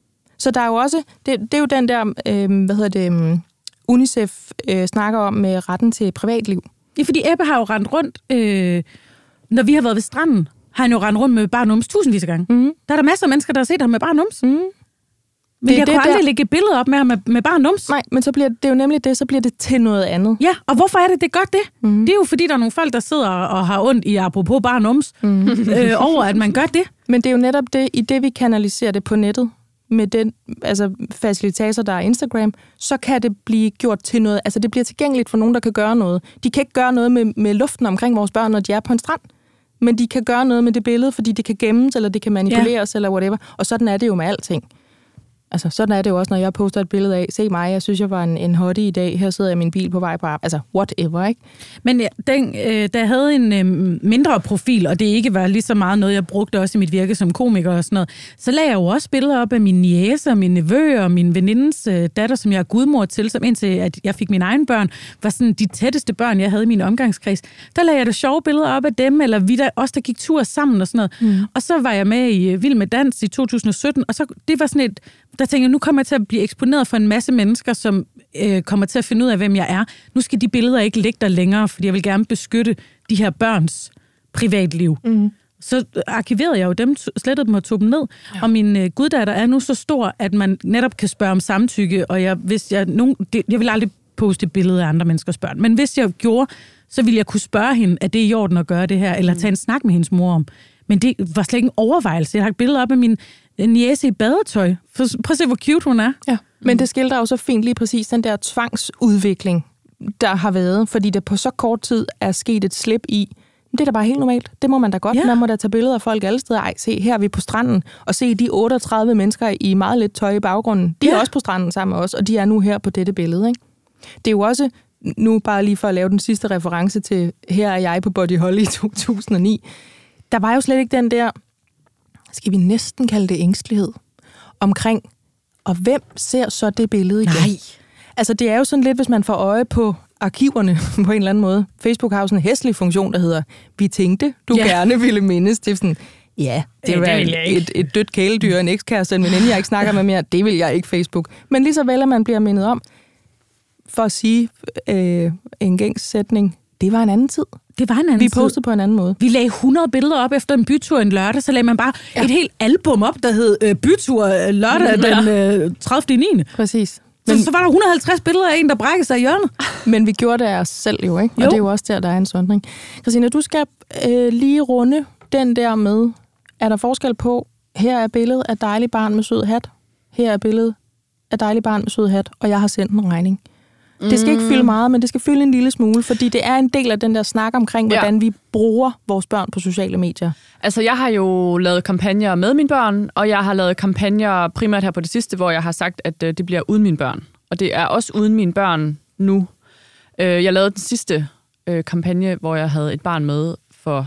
Så der er jo også, det, det er jo den der, øh, hvad hedder det, um, UNICEF øh, snakker om med retten til privatliv. Ja, fordi Ebbe har jo rendt rundt, øh, når vi har været ved stranden, har han jo rendt rundt med bare nums tusindvis af gange. Mm. Der er der masser af mennesker, der har set ham med bare nums. Mm. Men det, jeg det, kunne aldrig der... lægge et billede op med ham med, med bare nums. Nej, men så bliver det jo nemlig det, så bliver det til noget andet. Ja, og hvorfor er det, det gør det? Mm. Det er jo fordi, der er nogle folk, der sidder og har ondt i apropos bare nums, mm. øh, over at man gør det. Men det er jo netop det, i det vi kanaliserer det på nettet, med den altså facilitator, der er Instagram, så kan det blive gjort til noget. Altså det bliver tilgængeligt for nogen, der kan gøre noget. De kan ikke gøre noget med, med luften omkring vores børn, når de er på en strand. Men de kan gøre noget med det billede, fordi det kan gemmes, eller det kan manipuleres, ja. Eller whatever. Og sådan er det jo med alting. Altså, sådan er det jo også, når jeg poster et billede af, se mig, jeg synes, jeg var en, en hottie i dag, her sidder jeg i min bil på vej på arbejde. Altså, whatever, ikke? Men ja, den, øh, da jeg havde en øh, mindre profil, og det ikke var lige så meget noget, jeg brugte også i mit virke som komiker og sådan noget, så lagde jeg jo også billeder op af mine niece og mine nevøer og min venindens øh, datter, som jeg er gudmor til, som indtil at jeg fik mine egne børn, var sådan de tætteste børn, jeg havde i min omgangskreds. Der lagde jeg da sjove billeder op af dem, eller vi der også, der gik tur sammen og sådan noget. Mm. Og så var jeg med i Vild med Dans i to tusind og sytten, og så det var sådan et der tænker jeg, nu kommer jeg til at blive eksponeret for en masse mennesker, som øh, kommer til at finde ud af, hvem jeg er. Nu skal de billeder ikke ligge der længere, fordi jeg vil gerne beskytte de her børns privatliv. Mm. Så arkiverede jeg jo dem, slettede dem og tog dem ned. Ja. Og min øh, guddatter er nu så stor, at man netop kan spørge om samtykke, og jeg, hvis jeg, nogen, det, jeg vil aldrig poste billeder af andre menneskers børn, men hvis jeg gjorde, så ville jeg kunne spørge hende, at det er i orden at gøre det her, eller tage en snak med hendes mor om. Men det var slet ikke en overvejelse. Jeg har et billede op af min niece i badetøj. Prøv at se, hvor cute hun er. Ja, men det skildrer jo så fint lige præcis den der tvangsudvikling, der har været, fordi det på så kort tid er sket et slip i. Det er da bare helt normalt. Det må man da godt. Ja. Man må da tage billeder af folk alle steder. Ej, se, her er vi på stranden, og se de otteogtredive mennesker i meget lidt tøj i baggrunden. De ja. Er også på stranden sammen med os, og de er nu her på dette billede. Ikke? Det er jo også, nu bare lige for at lave den sidste reference til, her er jeg på Body Holly i to tusind og ni. Der var jo slet ikke den der, skal vi næsten kalde det ængstelighed, omkring, og hvem ser så det billede igen? Nej. Altså det er jo sådan lidt, hvis man får øje på arkiverne på en eller anden måde. Facebook har jo sådan en hæslig funktion, der hedder, vi tænkte, du ja. Gerne ville mindes. Det er sådan, ja, det er et, et, et dødt kæledyr, en ekskæreste, en veninde, jeg ikke snakker med mere, det vil jeg ikke Facebook. Men lige så vel, at man bliver mindet om, for at sige øh, en gængs sætning, det var en anden tid. Det var en anden Vi postede på en anden måde. Vi lagde hundrede billeder op efter en bytur en lørdag, så lagde man bare ja. Et helt album op, der hed øh, Bytur lørdag ja. Den øh, tredivte niende Præcis. Men, så, så var der et hundrede og halvtreds billeder af en, der brækkede sig i hjørnet. Men vi gjorde det af os selv jo, ikke? Og jo. det er jo også der, der er en sondring. Christina, du skal øh, lige runde den der med, er der forskel på, her er billedet af dejlig barn med sød hat, her er billedet af dejlig barn med sød hat, og jeg har sendt en regning. Det skal ikke fylde meget, men det skal fylde en lille smule, fordi det er en del af den der snak omkring, hvordan ja. Vi bruger vores børn på sociale medier. Altså, jeg har jo lavet kampagner med mine børn, og jeg har lavet kampagner primært her på det sidste, hvor jeg har sagt, at det bliver uden mine børn. Og det er også uden mine børn nu. Jeg lavede den sidste kampagne, hvor jeg havde et barn med for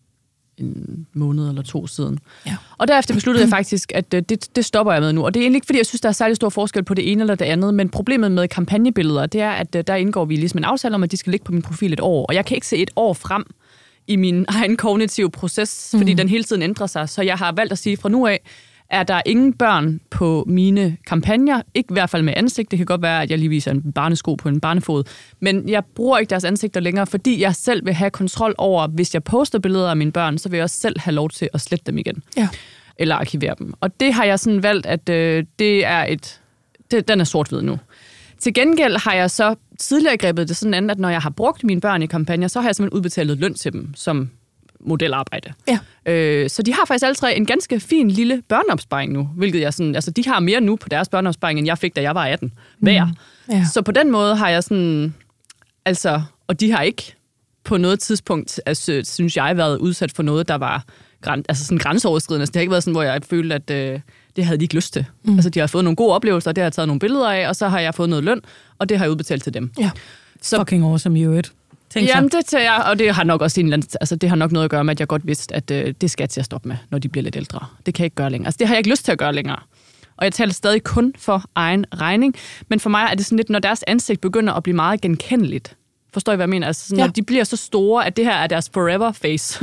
en måned eller to siden. Ja. Og derefter besluttede jeg faktisk, at det, det stopper jeg med nu. Og det er egentlig ikke, fordi jeg synes, der er særlig stor forskel på det ene eller det andet, men problemet med kampagnebilleder, det er, at der indgår vi ligesom en aftale om, at de skal ligge på min profil et år. Og jeg kan ikke se et år frem i min egen kognitive proces, fordi mm. den hele tiden ændrer sig. Så jeg har valgt at sige, fra nu af, er der ingen børn på mine kampagner. Ikke i hvert fald med ansigt. Det kan godt være, at jeg lige viser en barnesko på en barnefod. Men jeg bruger ikke deres ansigter længere, fordi jeg selv vil have kontrol over, hvis jeg poster billeder af mine børn, så vil jeg også selv have lov til at slette dem igen. Ja. Eller arkivere dem. Og det har jeg sådan valgt, at øh, det er et... Det, den er sort-hvid nu. Til gengæld har jeg så tidligere grebet det sådan an, at når jeg har brugt mine børn i kampagner, så har jeg simpelthen udbetalt løn til dem, som modelarbejde. Ja. Øh, så de har faktisk alle tre en ganske fin lille børneopsparing nu, hvilket jeg sådan, altså de har mere nu på deres børneopsparing, end jeg fik, da jeg var atten. Hver. Mm. Ja. Så på den måde har jeg sådan, altså, og de har ikke på noget tidspunkt, altså, synes jeg, været udsat for noget, der var græn, altså sådan grænseoverskridende. Altså, det har ikke været sådan, hvor jeg følte, at øh, det havde de ikke lyst til. Mm. Altså de har fået nogle gode oplevelser, og det har jeg taget nogle billeder af, og så har jeg fået noget løn, og det har jeg udbetalt til dem. Ja. Så, fucking awesome, you it. Tænk Jamen, det tager jeg, og det har nok også en, altså, det har nok noget at gøre med, at jeg godt vidste, at øh, det skal jeg til at stoppe med, når de bliver lidt ældre. Det kan jeg ikke gøre længere. Altså, det har jeg ikke lyst til at gøre længere. og jeg taler stadig kun for egen regning. Men for mig er det sådan lidt, når deres ansigt begynder at blive meget genkendeligt. Forstår I, hvad jeg mener? Altså, sådan, ja. Når de bliver så store, at det her er deres forever face.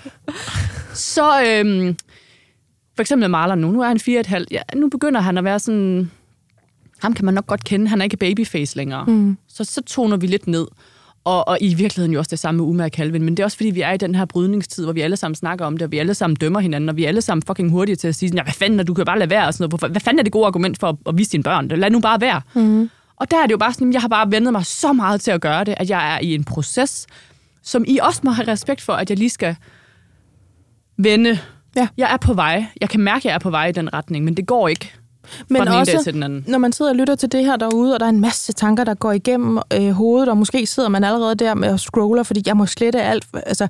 så øhm, for eksempel Marlon nu, nu er han fire og et halvt. Ja, nu begynder han at være sådan... Ham kan man nok godt kende, han er ikke babyface længere. Mm. Så, så toner vi lidt ned. Og, og i virkeligheden jo også det samme med Uma og Calvin, men det er også fordi, vi er i den her brydningstid, hvor vi alle sammen snakker om det, og vi alle sammen dømmer hinanden, og vi er alle sammen fucking hurtige til at sige, ja, hvad fanden, og du kan bare lade være, og sådan noget. Hvad fanden er det gode argument for at, at vise dine børn? Lad nu bare være. Mm. Og der er det jo bare sådan, jeg har bare vendet mig så meget til at gøre det, at jeg er i en proces, som I også må have respekt for, at jeg lige skal vende. Ja. Jeg er på vej. Jeg kan mærke, at jeg er på vej i den retning, men det går ikke. Men også, når man sidder og lytter til det her derude, og der er en masse tanker, der går igennem øh, hovedet, og måske sidder man allerede der med at scroller, fordi jeg må slette alt. Altså,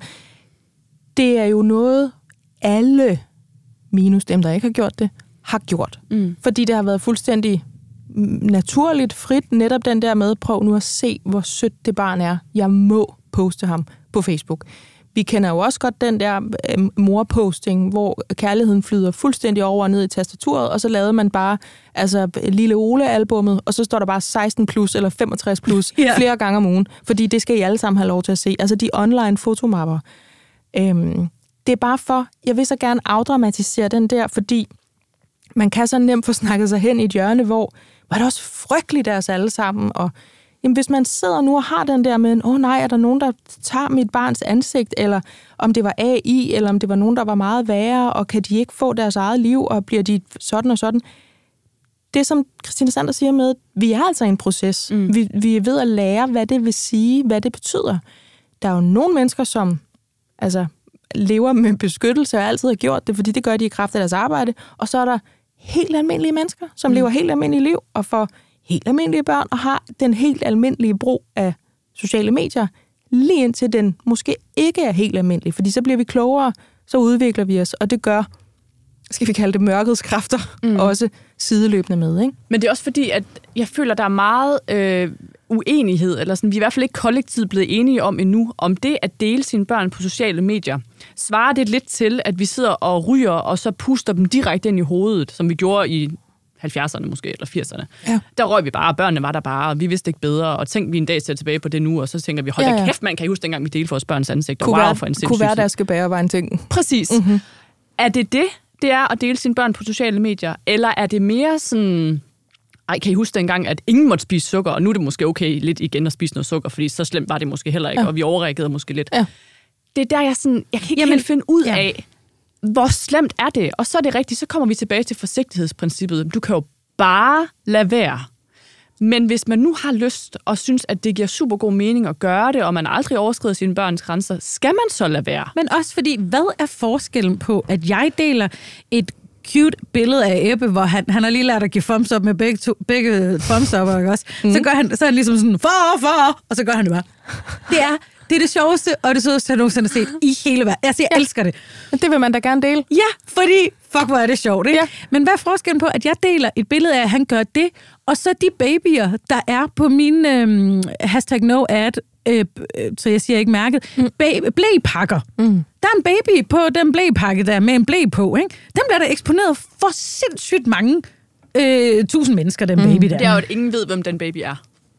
det er jo noget, alle, minus dem, der ikke har gjort det, har gjort. Mm. Fordi det har været fuldstændig naturligt, frit, netop den der med, prøv nu at se, hvor sødt det barn er. Jeg må poste ham på Facebook. Vi kender jo også godt den der øh, morposting, hvor kærligheden flyder fuldstændig over og ned i tastaturet, og så lavede man bare altså Lille Ole-albummet, og så står der bare seksten plus eller femogtres plus yeah. flere gange om ugen, fordi det skal I alle sammen have lov til at se. Altså de online fotomapper. Øhm, det er bare for, jeg vil så gerne afdramatisere den der, fordi man kan så nemt få snakket sig hen i et hjørne, hvor var det også frygteligt af os alle sammen, og jamen, hvis man sidder nu og har den der med, åh oh, nej, er der nogen, der tager mit barns ansigt, eller om det var A I, eller om det var nogen, der var meget værre, og kan de ikke få deres eget liv, og bliver de sådan og sådan. Det, som Christina Sander siger med, vi er altså i en proces. Mm. Vi, vi er ved at lære, hvad det vil sige, hvad det betyder. Der er jo nogle mennesker, som altså, lever med beskyttelse og altid har gjort det, fordi det gør de i kraft af deres arbejde, og så er der helt almindelige mennesker, som mm. lever helt almindelige liv, og får helt almindelige børn, og har den helt almindelige brug af sociale medier, lige indtil den måske ikke er helt almindelig, fordi så bliver vi klogere, så udvikler vi os, og det gør, skal vi kalde det mørkets kræfter, mm. også sideløbende med. Ikke? Men det er også fordi, at jeg føler, der er meget øh, uenighed, eller sådan, vi er i hvert fald ikke kollektivt blevet enige om endnu, om det at dele sine børn på sociale medier. Svarer det lidt til, at vi sidder og ryger, og så puster dem direkte ind i hovedet, som vi gjorde i halvfjerdserne måske, eller firserne. Ja. Der røg vi bare, børnene var der bare, og vi vidste ikke bedre, og tænkte vi en dag ser tilbage på det nu, og så tænker vi, hold da ja, ja. kæft, man kan I huske dengang, vi delte vores børns ansigt, og wow, være, for en sindssyg. Kunne være, der skal bære var en ting. Præcis. Mm-hmm. Er det det, det er at dele sine børn på sociale medier, eller er det mere sådan, ej, kan I huske dengang, at ingen måtte spise sukker, og nu er det måske okay lidt igen at spise noget sukker, fordi så slemt var det måske heller ikke, ja. og vi overreagerede måske lidt. Ja. Det er der, jeg sådan, jeg kan ikke Jamen, helt finde ud ja. af, hvor slemt er det, og så er det rigtigt, så kommer vi tilbage til forsigtighedsprincippet. Du kan jo bare lade være. Men hvis man nu har lyst og synes, at det giver super god mening at gøre det, og man aldrig overskrider sine børns grænser, skal man så lade være. Men også fordi, hvad er forskellen på, at jeg deler et cute billede af Ebbe, hvor han, han har lige lært at give thumbs up med begge, to, begge thumbs up, ikke også? Mm. Så, gør han, så er han ligesom sådan, for, for, og så gør han det bare. Det er det, er det sjoveste og det sødeste, jeg nogensinde har set i hele verden. Altså, jeg ja. elsker det. Det vil man da gerne dele. Ja, fordi, fuck, hvor er det sjovt, ikke? Ja. Men hvad er forskellen på, at jeg deler et billede af, at han gør det, og så de babyer, der er på min øhm, hashtag no ad, øh, så jeg siger ikke mærket, mm. blæpakker. Mm. Der er en baby på den blæpakke, der er med en blæ på, ikke? Den bliver der eksponeret for sindssygt mange øh, tusind mennesker, den baby der. Det er jo, at ingen ved, hvem den baby er.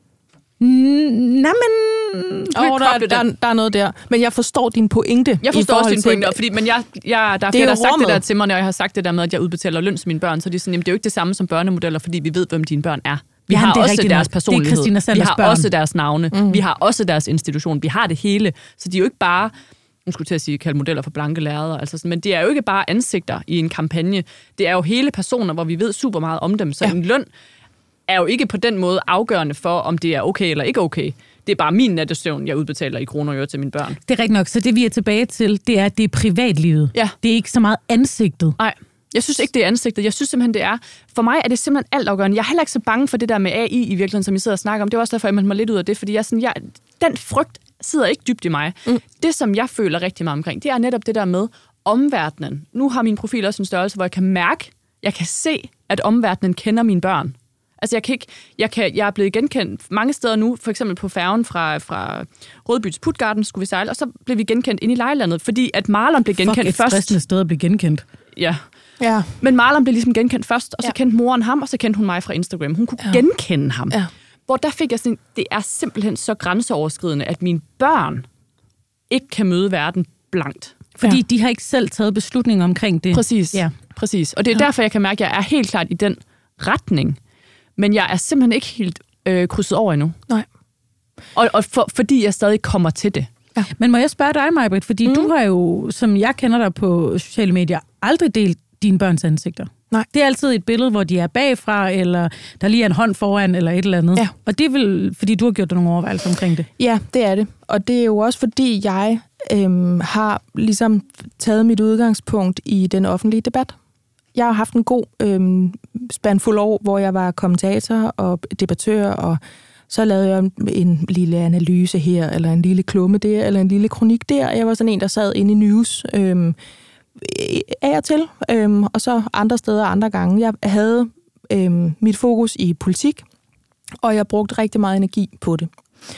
Nej, men... Oh, der, der, der, der er noget der. Men jeg forstår din pointe. Jeg forstår også din pointe, fordi, men jeg, jeg, der er flere, der har sagt det der til mig, når jeg har sagt det der med, at jeg udbetaler løn til mine børn, så de er sådan, jamen, det er jo ikke det samme som børnemodeller, fordi vi ved, hvem dine børn er. Vi Jamen, har også deres personlighed. Vi har børn. også deres navne. Mm. Vi har også deres institution. Vi har det hele. Så de er jo ikke bare... Nu skulle jeg til at sige, kalde modeller for blanke lærreder. Altså sådan, men det er jo ikke bare ansigter i en kampagne. Det er jo hele personer, hvor vi ved super meget om dem. Så ja. en løn er jo ikke på den måde afgørende for, om det er okay eller ikke okay. Det er bare min nattesøvn, jeg udbetaler i kroner og øre til mine børn. Det er rigtigt nok. Så det, vi er tilbage til, det er, at det er privatlivet. Ja. Det er ikke så meget ansigtet. Nej, jeg synes ikke, det er ansigtet. Jeg synes simpelthen, det er... For mig er det simpelthen altafgørende. Jeg er heller ikke så bange for det der med A I i virkeligheden, som I sidder og snakker om. Det er også derfor, jeg meldte mig lidt ud af det, fordi jeg sådan, jeg, den frygt sidder ikke dybt i mig. Mm. Det, som jeg føler rigtig meget omkring, det er netop det der med omverdenen. Nu har min profil også en størrelse, hvor jeg kan mærke, jeg kan se, at omverdenen kender mine børn. Altså, jeg, kan ikke, jeg, kan, jeg er blevet genkendt mange steder nu, for eksempel på færgen fra, fra Rødby's Putgarden, skulle vi sejle, og så blev vi genkendt ind i Lejlandet, fordi at Marlon blev genkendt Fuck, et først. stressende sted at blive genkendt. Ja. Ja. Men Marlon blev ligesom genkendt først, og så ja. kendte moren ham, og så kendte hun mig fra Instagram. Hun kunne ja. genkende ham. Ja. Hvor der fik jeg sådan, det er simpelthen så grænseoverskridende, at mine børn ikke kan møde verden blankt. Fordi ja. de har ikke selv taget beslutninger omkring det. Præcis, ja. præcis. Og det er ja. derfor, jeg kan mærke, at jeg er helt klart i den retning. Men jeg er simpelthen ikke helt øh, krydset over endnu. Nej. Og, og for, fordi jeg stadig kommer til det. Ja. Men må jeg spørge dig, Maj-Britt, fordi mm. du har jo, som jeg kender dig på sociale medier, aldrig delt dine børns ansigter. Nej. Det er altid et billede, hvor de er bagfra, eller der lige er en hånd foran, eller et eller andet. Ja. Og det er vel, fordi du har gjort dig nogle overvejelser omkring det? Ja, det er det. Og det er jo også, fordi jeg øhm, har ligesom taget mit udgangspunkt i den offentlige debat. Jeg har haft en god øhm, spandfuld år, hvor jeg var kommentator og debattør, og så lavede jeg en lille analyse her, eller en lille klumme der, eller en lille kronik der. Jeg var sådan en, der sad inde i news øhm, af og til, øhm, og så andre steder andre gange. Jeg havde øhm, mit fokus i politik, og jeg brugte rigtig meget energi på det.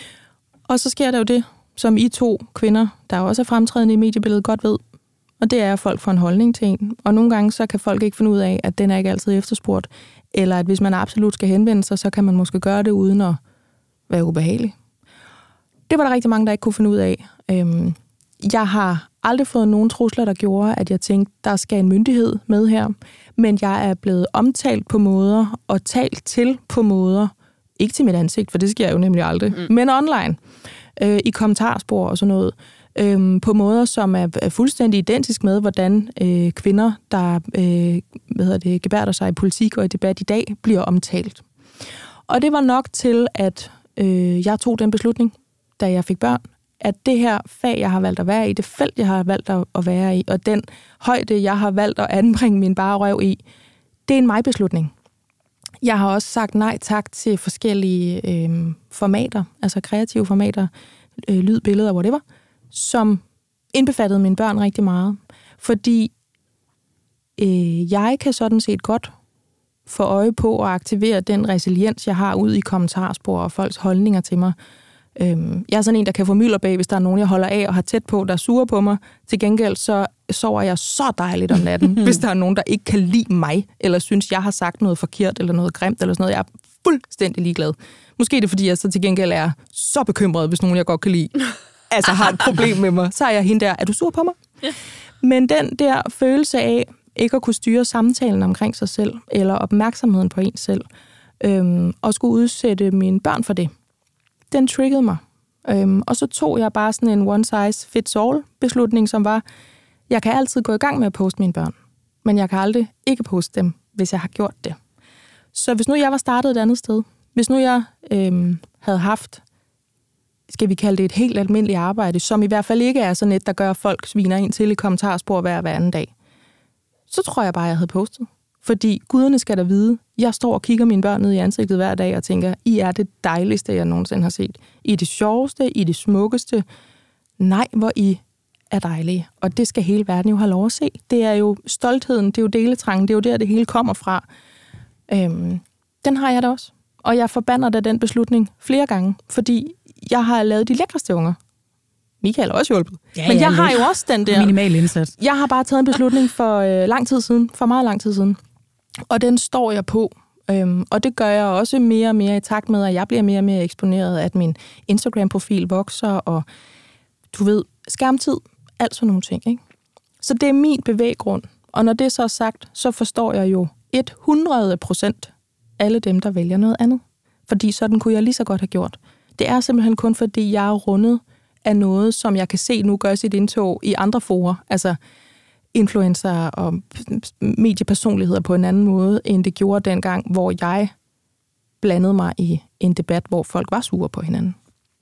Og så sker der jo det, som I to kvinder, der også er fremtrædende i mediebilledet, godt ved, og det er, at folk får en holdning til en. Og nogle gange, så kan folk ikke finde ud af, at den er ikke altid efterspurgt, eller at hvis man absolut skal henvende sig, så kan man måske gøre det uden at være ubehagelig. Det var der rigtig mange, der ikke kunne finde ud af. Øhm, jeg har aldrig fået nogen trusler, der gjorde, at jeg tænkte, der skal en myndighed med her. Men jeg er blevet omtalt på måder, og talt til på måder, ikke til mit ansigt, for det sker jeg jo nemlig aldrig, mm. men online, øh, i kommentarspor og sådan noget, øh, på måder, som er, er fuldstændig identisk med, hvordan øh, kvinder, der øh, hvad hedder det, gebærder sig i politik og i debat i dag, bliver omtalt. Og det var nok til, at øh, jeg tog den beslutning, da jeg fik børn, at det her fag, jeg har valgt at være i, det felt, jeg har valgt at være i, og den højde, jeg har valgt at anbringe min bare røv i, det er en mig-beslutning. Jeg har også sagt nej tak til forskellige øh, formater, altså kreative formater, øh, lyd, billeder, whatever, som indbefattede mine børn rigtig meget. Fordi øh, jeg kan sådan set godt få øje på at aktivere den resiliens, jeg har ud i kommentarspor og folks holdninger til mig. Øhm, jeg er sådan en, der kan få mylder bag, hvis der er nogen, jeg holder af og har tæt på, der er sure på mig. Til gengæld så sover jeg så dejligt om natten, hvis der er nogen, der ikke kan lide mig, eller synes, jeg har sagt noget forkert, eller noget grimt, eller sådan noget. Jeg er fuldstændig ligeglad. Måske er det, fordi jeg så til gengæld er så bekymret, hvis nogen, jeg godt kan lide, altså har et problem med mig. Så er jeg hende der, er du sur på mig? Ja. Men den der følelse af ikke at kunne styre samtalen omkring sig selv, eller opmærksomheden på en selv, øhm, og skulle udsætte mine børn for det, den triggede mig. Øhm, og så tog jeg bare sådan en one-size-fits-all-beslutning, som var, jeg kan altid gå i gang med at poste mine børn, men jeg kan aldrig ikke poste dem, hvis jeg har gjort det. Så hvis nu jeg var startet et andet sted, hvis nu jeg øhm, havde haft, skal vi kalde det et helt almindeligt arbejde, som i hvert fald ikke er sådan et, der gør folk sviner ind til i kommentarspor hver, hver anden dag, så tror jeg bare, jeg havde postet. Fordi guderne skal da vide, jeg står og kigger mine børn ned i ansigtet hver dag og tænker, I er det dejligste, jeg nogensinde har set. I er det sjoveste, I er det smukkeste. Nej, hvor I er dejlige. Og det skal hele verden jo have lov at se. Det er jo stoltheden, det er jo deletrangen, det er jo der, det hele kommer fra. Øhm, den har jeg da også. Og jeg forbander da den beslutning flere gange, fordi jeg har lavet de lækreste unger. Michael har også hjulpet. Ja, men jeg ja, har jo også den der... Minimal indsats. Jeg har bare taget en beslutning for øh, lang tid siden, for meget lang tid siden. Og den står jeg på. Øhm, og det gør jeg også mere og mere i takt med, at jeg bliver mere og mere eksponeret, at min Instagram-profil vokser, og du ved, skærmtid, alt sådan nogle ting, ikke? Så det er min bevæggrund. Og når det så er sagt, så forstår jeg jo hundrede procent alle dem, der vælger noget andet. Fordi sådan kunne jeg lige så godt have gjort. Det er simpelthen kun fordi, jeg er rundet af noget, som jeg kan se nu gør sit indtog i andre forer. Altså influencer og mediepersonligheder på en anden måde, end det gjorde dengang, hvor jeg blandede mig i en debat, hvor folk var sure på hinanden.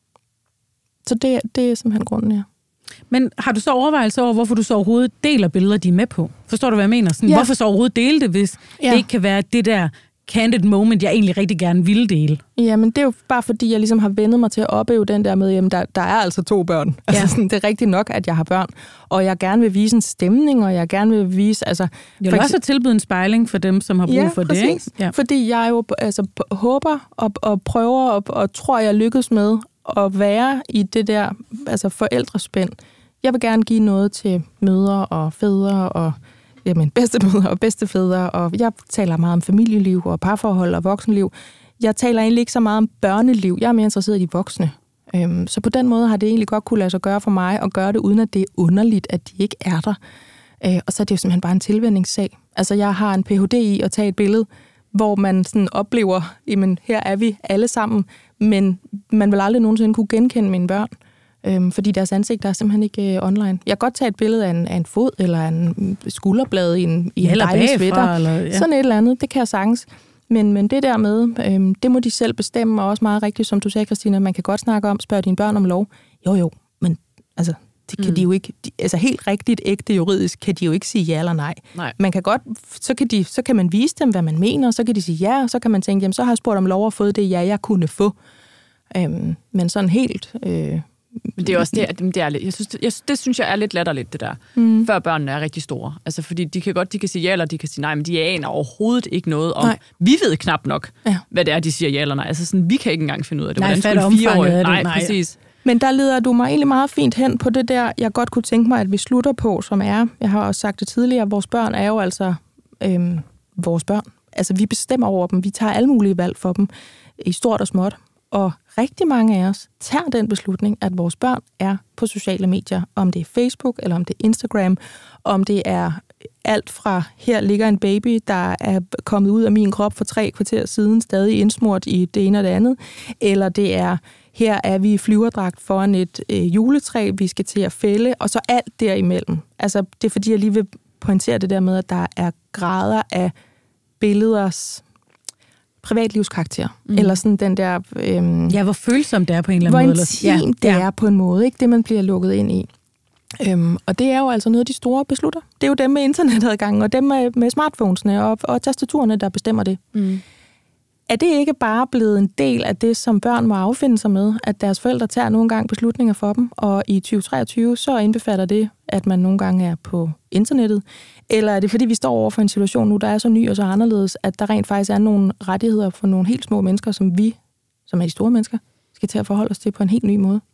Så det, det er simpelthen grunden, ja. Men har du så overvejelser over, hvorfor du så overhovedet deler billeder, de er med på? Forstår du, hvad jeg mener? Sådan, ja. Hvorfor så overhovedet dele det, hvis ja. det ikke kan være det der candid moment, jeg egentlig rigtig gerne ville dele? Ja, men det er jo bare fordi, jeg ligesom har vendet mig til at opleve den der med, jamen der, der er altså to børn. Ja. Altså sådan, det er rigtigt nok, at jeg har børn, og jeg gerne vil vise en stemning, og jeg gerne vil vise... Altså, jeg vil også tilbyde en spejling for dem, som har brug ja, for præcis. det, ikke? Ja, fordi jeg jo altså, håber og, og prøver og, og tror, jeg lykkes med at være i det der altså forældrespænd. Jeg vil gerne give noget til mødre og fædre og jamen, bedstemødre og bedstefædre, og jeg taler meget om familieliv og parforhold og voksenliv. Jeg taler egentlig ikke så meget om børneliv. Jeg er mere interesseret i de voksne. Øhm, så på den måde har det egentlig godt kunne lade sig gøre for mig at gøre det, uden at det er underligt, at de ikke er der. Øh, og så er det jo simpelthen bare en tilvændingssag. Altså, jeg har en P H D i at tage et billede, hvor man sådan oplever, jamen, her er vi alle sammen, men man vil aldrig nogensinde kunne genkende mine børn, øhm, fordi deres ansigter er simpelthen ikke øh, online. Jeg kan godt tage et billede af en, af en fod, eller en skulderblad i en, i en dejlig sweater. Eller, ja. Sådan et eller andet, det kan jeg sagtens. Men, men det der med, øhm, det må de selv bestemme, og også meget rigtigt, som du sagde, Christina, man kan godt snakke om, spørge dine børn om lov. Jo jo, men altså, det kan mm. de jo ikke, de, altså helt rigtigt, ægte juridisk, kan de jo ikke sige ja eller nej. nej. Man kan godt, så kan, de, så kan man vise dem, hvad man mener, så kan de sige ja, og så kan man tænke, jamen så har jeg spurgt om lov og fået det ja, jeg kunne få. Øhm, men sådan helt... Øh, Men det er også det, at det er lidt, jeg synes, det, jeg, det synes jeg er lidt latterligt, det der. Mm. Før børnene er rigtig store. Altså, fordi de kan godt, de kan sige ja, eller de kan sige nej, men de aner overhovedet ikke noget om. Nej. Vi ved knap nok, ja. hvad det er, de siger ja eller nej. Altså, sådan, vi kan ikke engang finde ud af det. Nej, fatter omfanget af det. Nej, nej, præcis. Men der leder du mig egentlig meget fint hen på det der, jeg godt kunne tænke mig, at vi slutter på, som er, jeg har også sagt det tidligere, vores børn er jo altså øhm, vores børn. Altså, vi bestemmer over dem. Vi tager alle mulige valg for dem, i stort og småt. Og rigtig mange af os tager den beslutning, at vores børn er på sociale medier. Om det er Facebook, eller om det er Instagram, om det er alt fra, her ligger en baby, der er kommet ud af min krop for tre kvarter siden, stadig indsmurt i det ene og det andet. Eller det er, her er vi i flyverdragt foran et øh, juletræ, vi skal til at fælde, og så alt derimellem. Altså, det er fordi, jeg lige vil pointere det der med, at der er grader af billeders privatlivskarakter, mm. eller sådan den der... Øhm, ja, hvor følsomt det er på en eller anden hvor måde. Hvor intimt ja. det er på en måde, ikke? Det man bliver lukket ind i. Øhm, og det er jo altså noget, de store beslutter. Det er jo dem med internetadgangen, og dem med, med smartphonesene og, og tastaturerne, der bestemmer det. Mm. Er det ikke bare blevet en del af det, som børn må affinde sig med, at deres forældre tager nogle gange beslutninger for dem, og i tyve treogtyve så indbefatter det, at man nogle gange er på internettet? Eller er det, fordi vi står over for en situation nu, der er så ny og så anderledes, at der rent faktisk er nogle rettigheder for nogle helt små mennesker, som vi, som er de store mennesker, skal til at forholde os til på en helt ny måde?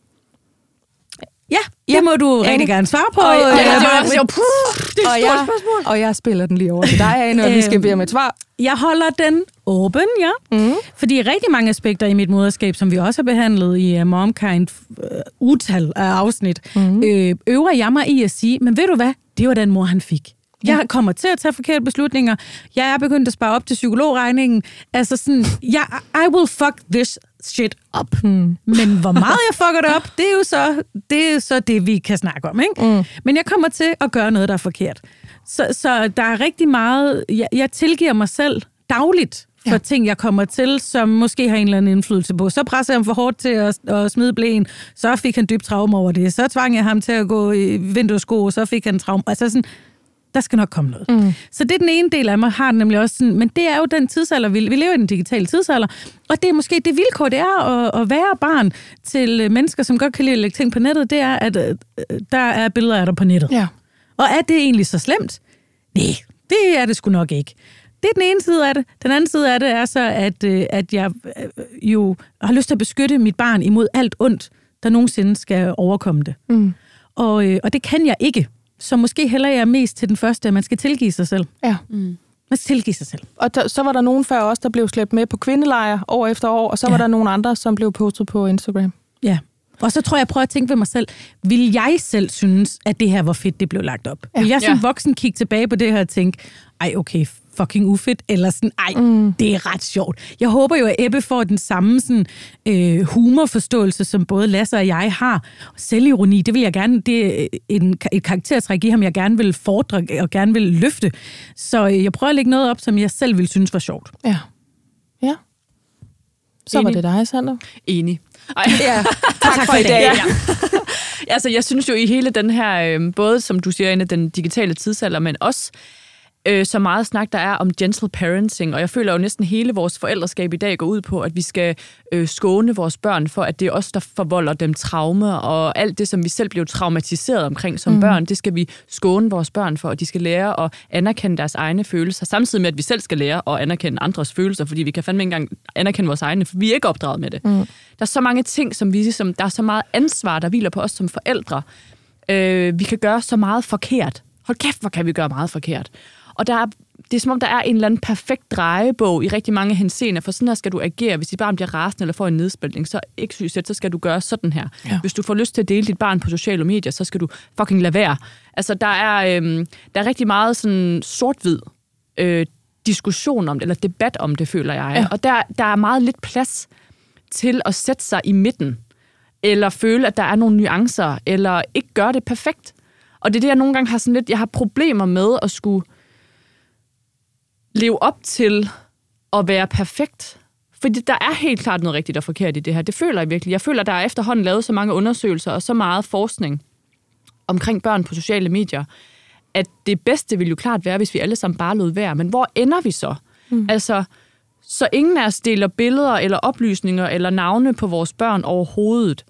Ja, det ja. må du rigtig gerne svare på. Og, og, ja, ja, det var, også, jo, puh, det er et stort spørgsmål. Og jeg spiller den lige over til dig, Ane, og vi skal bede om et svar. Jeg holder den åben, ja. Mm. Fordi rigtig mange aspekter i mit moderskab, som vi også har behandlet i uh, MomKind uh, utal af afsnit, mm. øh, øver jeg mig i at sige, men ved du hvad, det var den mor, han fik. Jeg kommer til at tage forkerte beslutninger. Jeg er begyndt at spare op til psykologregningen. Altså sådan, jeg, I will fuck this shit up. Mm. Men hvor meget jeg fucker det op, det er jo så det, er så det vi kan snakke om, ikke? Mm. Men jeg kommer til at gøre noget, der er forkert. Så, så der er rigtig meget... Jeg, jeg tilgiver mig selv dagligt for ja. ting, jeg kommer til, som måske har en eller anden indflydelse på. Så presser jeg ham for hårdt til at, at smide blæen, så fik han dybt traume over det. Så tvang jeg ham til at gå i vintersko, så fik han traume. Altså sådan... Der skal nok komme noget. Mm. Så det er den ene del af mig, har nemlig også sådan, men det er jo den tidsalder, vi, vi lever i den digitale tidsalder, og det er måske det vilkår, det er at, at være barn til mennesker, som godt kan lide at lægge ting på nettet, det er, at øh, der er billeder af dig på nettet. Ja. Og er det egentlig så slemt? Nej, det er det sgu nok ikke. Det er den ene side af det. Den anden side af det er så, at, øh, at jeg øh, jo har lyst til at beskytte mit barn imod alt ondt, der nogensinde skal overkomme det. Mm. Og, øh, og det kan jeg ikke. Så måske hælder jeg mest til den første, at man skal tilgive sig selv. Ja. Mm. Man skal tilgive sig selv. Og der, så var der nogen før os, der blev slæbt med på kvindelejre år efter år, og så ja. var der nogen andre, som blev postet på Instagram. Ja. Og så tror jeg, jeg prøver at tænke ved mig selv, vil jeg selv synes, at det her var fedt, det blev lagt op? Ja. Vil jeg som ja. voksen kigge tilbage på det her og tænke, ej okay, fucking ufedt, eller sådan, ej, mm. det er ret sjovt. Jeg håber jo, at Ebbe får den samme sådan, øh, humorforståelse, som både Lasse og jeg har. Selvironi, det vil jeg gerne, det er en, et karaktertræk i ham, jeg gerne vil fordre og gerne vil løfte. Så øh, jeg prøver at lægge noget op, som jeg selv vil synes var sjovt. Ja. Ja. Så Enig. var det dig, Sander. Enig. Ej. Ja. tak, tak for i dag. Ja. Altså, jeg synes jo i hele den her, øh, både som du siger, den digitale tidsalder, men også øh, så meget snak, der er om gentle parenting, og jeg føler jo næsten hele vores forældreskab i dag går ud på, at vi skal øh, skåne vores børn for, at det er os, der forvolder dem traume, og alt det, som vi selv blev traumatiseret omkring som mm. børn, det skal vi skåne vores børn for, og de skal lære at anerkende deres egne følelser, samtidig med, at vi selv skal lære at anerkende andres følelser, fordi vi kan fandme ikke engang anerkende vores egne, for vi er ikke opdraget med det. Mm. Der er så mange ting, som vi som der er så meget ansvar, der hviler på os som forældre. Øh, vi kan gøre så meget forkert. hold kæft, hvor kan vi gøre meget forkert. Og der er, det er som om, der er en eller anden perfekt drejebog i rigtig mange henseender, for sådan her skal du agere. Hvis dit barn bliver rasende eller får en nedspiltning, så X Y Z, så skal du gøre sådan her. Ja. Hvis du får lyst til at dele dit barn på sociale medier, så skal du fucking lade være. Altså, der er, øhm, der er rigtig meget sådan sort-hvid øh, diskussion om det, eller debat om det, føler jeg. Ja. Og der, der er meget lidt plads til at sætte sig i midten, eller føle, at der er nogle nuancer, eller ikke gøre det perfekt. Og det er det, jeg nogle gange har sådan lidt, jeg har problemer med at skulle leve op til at være perfekt. Fordi der er helt klart noget rigtigt og forkert i det her. Det føler jeg virkelig. Jeg føler, at der er efterhånden lavet så mange undersøgelser og så meget forskning omkring børn på sociale medier, at det bedste ville jo klart være, hvis vi alle sammen bare lod være. Men hvor ender vi så? Mm. Altså, så ingen af os deler billeder eller oplysninger eller navne på vores børn overhovedet.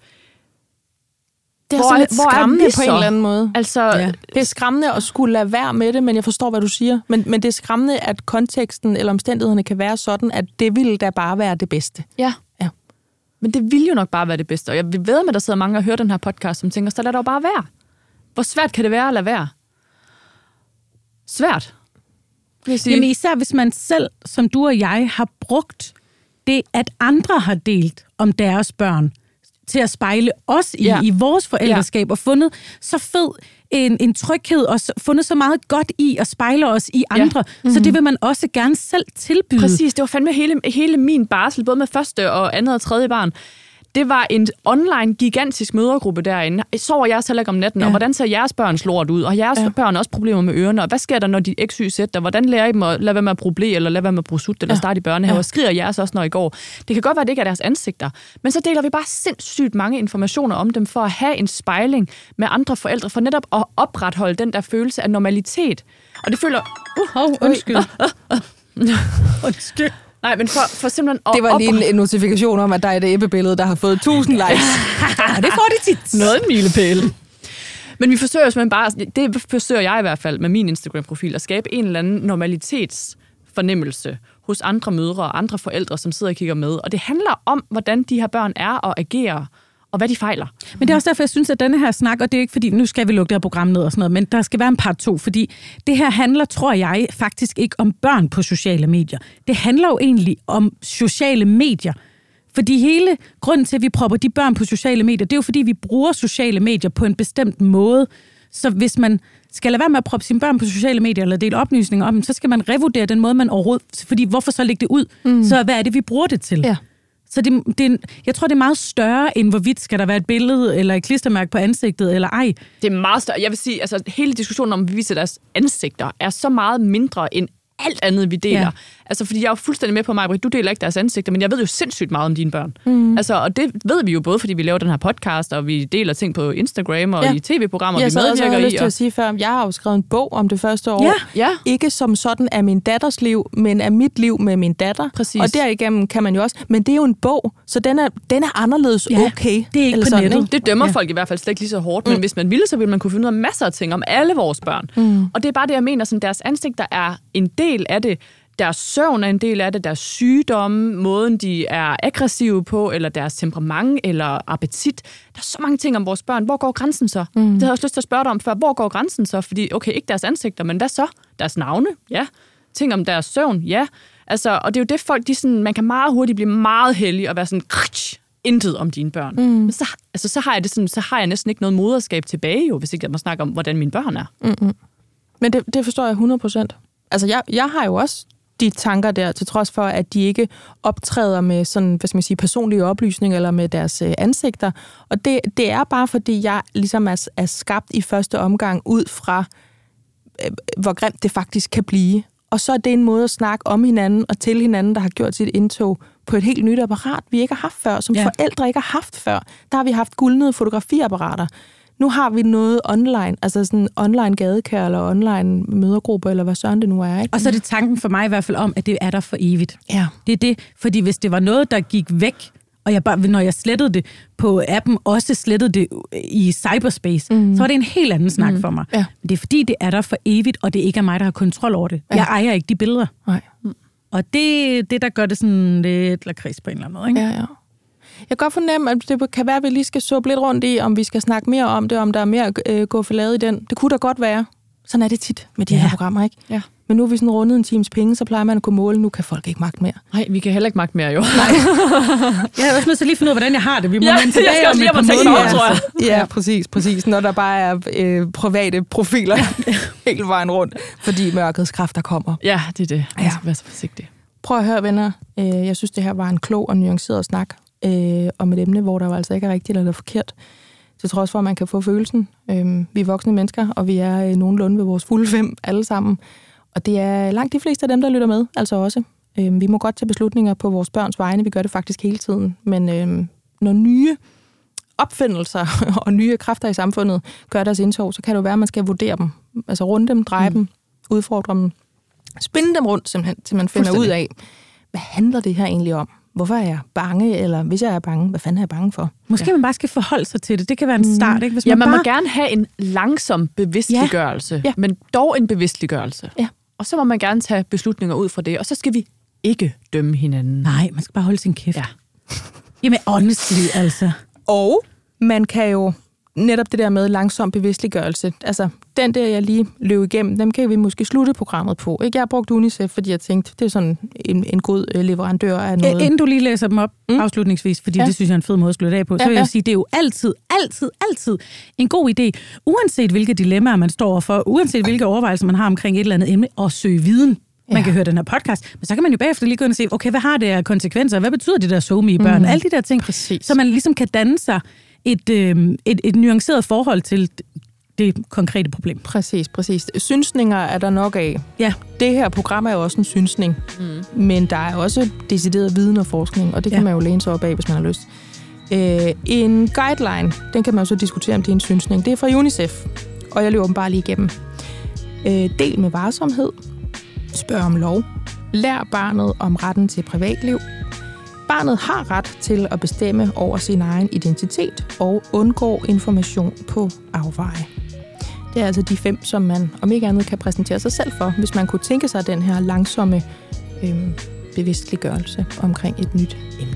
Det er hvor, sådan lidt hvor skræmmende på en eller anden måde. Altså, ja. Det er skræmmende at skulle lade være med det, men jeg forstår, hvad du siger. Men, men det er skræmmende, at konteksten eller omstændighederne kan være sådan, at det ville da bare være det bedste. Ja. ja. Men det ville jo nok bare være det bedste. Og jeg ved med, at der sidder mange og hører den her podcast, som tænker, så lad det jo bare være. Hvor svært kan det være at lade være? Svært. Jamen især hvis man selv, som du og jeg, har brugt det, at andre har delt om deres børn, til at spejle os i, ja. i vores forældreskab, ja. og fundet så fed en, en tryghed, og fundet så meget godt i at spejle os i andre. Ja. Mm-hmm. Så det vil man også gerne selv tilbyde. Præcis, det var fandme hele, hele min barsel, både med første og andet og tredje barn. Det var en online, gigantisk mødergruppe derinde. Sover jeg heller ikke om natten, ja. og hvordan ser jeres børns lort ud? Og jeres ja. børn også problemer med ørerne? Og hvad sker der, når de X Y Z? Og hvordan lærer I dem at lade være med at bruge blæ, eller lade være med at bruge sut, eller ja. starte i børnehave? Ja. Og skriger jeres også, når I går? Det kan godt være, at det ikke er deres ansigter. Men så deler vi bare sindssygt mange informationer om dem, for at have en spejling med andre forældre, for netop at opretholde den der følelse af normalitet. Og det føler... Uh, oh, undskyld. Undskyld. Nej, men for, for simpelthen at... Det var lige en, en notifikation om, at der er et æbbebillede, der har fået tusind likes. Det får de tit. Noget en milepæl. Men vi forsøger simpelthen bare... Det forsøger jeg i hvert fald med min Instagram-profil, at skabe en eller anden normalitetsfornemmelse hos andre mødre og andre forældre, som sidder og kigger med. Og det handler om, hvordan de her børn er og agerer, og hvad de fejler. Men det er også derfor, jeg synes, at denne her snak, og det er ikke fordi, nu skal vi lukke det her program ned og sådan noget, men der skal være en part to, fordi det her handler, tror jeg, faktisk ikke om børn på sociale medier. Det handler jo egentlig om sociale medier. Fordi hele grunden til, at vi propper de børn på sociale medier, det er jo fordi, vi bruger sociale medier på en bestemt måde. Så hvis man skal lade være med at proppe sine børn på sociale medier, eller dele oplysninger om dem, så skal man revurdere den måde, man overhovedet... Fordi hvorfor så lægge det ud? Mm. Så hvad er det, vi bruger det til? Ja. Så det, det, jeg tror, det er meget større, end hvorvidt skal der være et billede eller et klistermærke på ansigtet, eller ej. Det er meget større. Jeg vil sige, altså hele diskussionen om, at vi viser deres ansigter, er så meget mindre end alt andet, vi deler. Ja. Altså, fordi jeg er jo fuldstændig med på mig, Britt, du deler ikke deres ansigter, men jeg ved jo sindssygt meget om dine børn. Mm. Altså, og det ved vi jo både, fordi vi laver den her podcast, og vi deler ting på Instagram og ja. i tv-programmer, jeg vi medvirker i. Jeg har lyst til at sige før, jeg har jo skrevet en bog om det første år. Ja. Ja. Ikke som sådan af min datters liv, men af mit liv med min datter. Præcis. Og derigennem kan man jo også, men det er jo en bog, så den er, den er anderledes ja. okay. Det er ikke på nettet. Det dømmer ja. folk i hvert fald slet ikke lige så hårdt, mm. men hvis man ville, så ville man kunne finde ud af masser af ting om alle vores børn. Mm. Og det er bare det, jeg mener, sådan deres ansigter er en del af det. Deres søvn er en del af det, deres sygdomme, måden de er aggressive på, eller deres temperament, eller appetit. Der er så mange ting om vores børn. Hvor går grænsen så? Mm. Det havde jeg også lyst til at spørge dig om før. Hvor går grænsen så? Fordi, okay, ikke deres ansigter, men hvad så? Deres navne? Ja. Ting om deres søvn? Ja. Altså, og det er jo det folk, de sådan, man kan meget hurtigt blive meget heldig og være sådan, krtsch, intet om dine børn. Mm. Men så, altså, så, har jeg det sådan, så har jeg næsten ikke noget moderskab tilbage, jo, hvis ikke jeg må snakke om, hvordan mine børn er. Mm-hmm. Men det, det forstår jeg hundrede procent. Altså, jeg, jeg har jo også de tanker der, til trods for, at de ikke optræder med sådan, hvad skal man sige, personlige oplysninger eller med deres øh, ansigter. Og det, det er bare, fordi jeg ligesom er, er skabt i første omgang ud fra, øh, hvor grimt det faktisk kan blive. Og så er det en måde at snakke om hinanden og til hinanden, der har gjort sit indtog på et helt nyt apparat, vi ikke har haft før, som ja. forældre ikke har haft før. Der har vi haft guldnede fotografiapparater. Nu har vi noget online, altså sådan online gadekær eller online mødergrupper, eller hvad søren det nu er, ikke? Og så er det tanken for mig i hvert fald om, at det er der for evigt. Ja. Det er det, fordi hvis det var noget, der gik væk, og jeg bare, når jeg slettede det på appen, også slettede det i cyberspace, mm. så var det en helt anden snak mm. for mig. Ja. Men det er fordi, det er der for evigt, og det ikke er mig, der har kontrol over det. Ja. Jeg ejer ikke de billeder. Nej. Og det det, der gør det sådan lidt lakrids på en eller anden måde, ikke? Ja, ja. Jeg kan godt fornemme, at det kan være, at vi lige skal suppe lidt rundt i, om vi skal snakke mere om det, om der er mere at øh, gå for lavet i den. Det kunne da godt være. Sådan er det tit med de Ja. her programmer, ikke? Ja. Men nu er vi sådan rundet en times penge, så plejer man at kunne måle. Nu kan folk ikke magte mere. Nej, vi kan heller ikke magte mere, jo. Jeg er også nødt til lige at finde ud af, hvordan jeg har det. Vi må Ja, vende tilbage jeg skal om også lige et par hjem og tænke mig måneder, om, tror altså. jeg. Ja, præcis, præcis. Når der bare er øh, private profiler hele vejen rundt, fordi mørkets kræfter kommer. Ja, det er det. Jeg Ja. skal være så forsigtig. Prøv at høre, venner. Øh, jeg synes, det her var en klog og nuanceret snak øh, om et emne, hvor der jo altså ikke er rigtigt eller forkert. Til trods for, at man kan få følelsen. Øh, vi er voksne mennesker, og vi er øh, nogenlunde ved vores fulde fem alle sammen. Og det er langt de fleste af dem, der lytter med, altså også. Øh, vi må godt tage beslutninger på vores børns vegne. Vi gør det faktisk hele tiden. Men øh, når nye opfindelser og nye kræfter i samfundet gør deres indtog, så kan det jo være, at man skal vurdere dem. Altså runde dem, dreje mm. dem, udfordre dem, spinde dem rundt, simpelthen, til man finder ud af, hvad handler det her egentlig om? Hvorfor er jeg bange? Eller hvis jeg er bange, hvad fanden er jeg bange for? Måske ja. man bare skal forholde sig til det. Det kan være en start, ikke? Hvis Ja, man bare... må gerne have en langsom bevidstliggørelse, ja. Ja. men dog en bevidstliggørelse. Ja. Og så må man gerne tage beslutninger ud fra det, og så skal vi ikke dømme hinanden. Nej, man skal bare holde sin kæft. Ja. Jamen, honestly, altså. Og man kan jo netop det der med langsom bevidstliggørelse, altså den der, jeg lige løb igennem, dem kan vi måske slutte programmet på. Ikke? Jeg har brugt UNICEF, fordi jeg tænkte, det er sådan en, en god leverandør af noget. Inden du lige læser dem op mm. afslutningsvis, fordi ja. det synes jeg er en fed måde at slutte af på, så vil ja, ja. jeg sige, det er jo altid, altid, altid en god idé, uanset hvilke dilemmaer man står for, uanset hvilke overvejelser man har omkring et eller andet emne, at søge viden. Man ja. kan høre den her podcast, men så kan man jo bagefter lige gå ind og se, okay, hvad har det af konsekvenser? Hvad betyder det der SoMe i børn? Mm. Alle de der ting, Præcis. så man ligesom kan danne sig et, øh, et, et nuanceret forhold til det konkrete problem. Præcis, præcis. Synsninger er der nok af. Ja. Det her program er jo også en synsning, mm. men der er også decideret viden og forskning, og det kan ja. man jo læne sig op af, hvis man har lyst. Øh, en guideline, den kan man jo så diskutere, om det er en synsning. Det er fra UNICEF, og jeg løber dem bare lige igennem. Øh, del med varsomhed. Spørg om lov. Lær barnet om retten til privatliv. Barnet har ret til at bestemme over sin egen identitet og undgå information på afveje. Det er altså de fem, som man om ikke andet kan præsentere sig selv for, hvis man kunne tænke sig den her langsomme øhm, bevidstliggørelse omkring et nyt emne.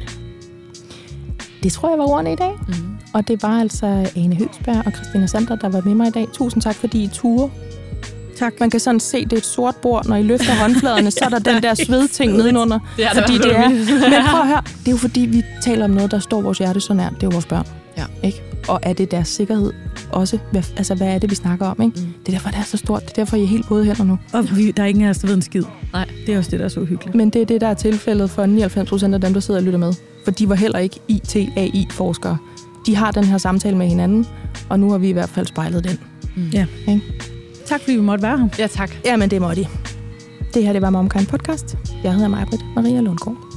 Det tror jeg var ordene i dag. Mm. Og det var altså Ane Høgsberg og Christina Sander, der var med mig i dag. Tusind tak, fordi I turde. Tak. Man kan sådan se, det er et sort bord, når I løfter håndfladerne, så er der den der svedting nedenunder. Det er fordi det, det er. Men prøv at høre, det er jo fordi, vi taler om noget, der står vores hjerte så nært. Det er jo vores børn. Ja. Ikke? Og er det deres sikkerhed også? Hvad, altså, hvad er det, vi snakker om? Ikke? Mm. Det er derfor, det er så stort. Det er derfor, I er helt både hænder nu. Og vi, der er ingen af os, der ved en skid. Nej. Det er også det, der er så uhyggeligt. Men det er det, der er tilfældet for nioghalvfems procent af dem, der sidder og lytter med. For de var heller ikke I T A I-forskere. De har den her samtale med hinanden, og nu har vi i hvert fald spejlet den. Mm. Ja. Ikke? Tak, fordi vi måtte være her. Ja, tak. Jamen, det måtte I. Det her, det var MomKind Podcast. Jeg hedder Maj-Britt Maria Lundgaard.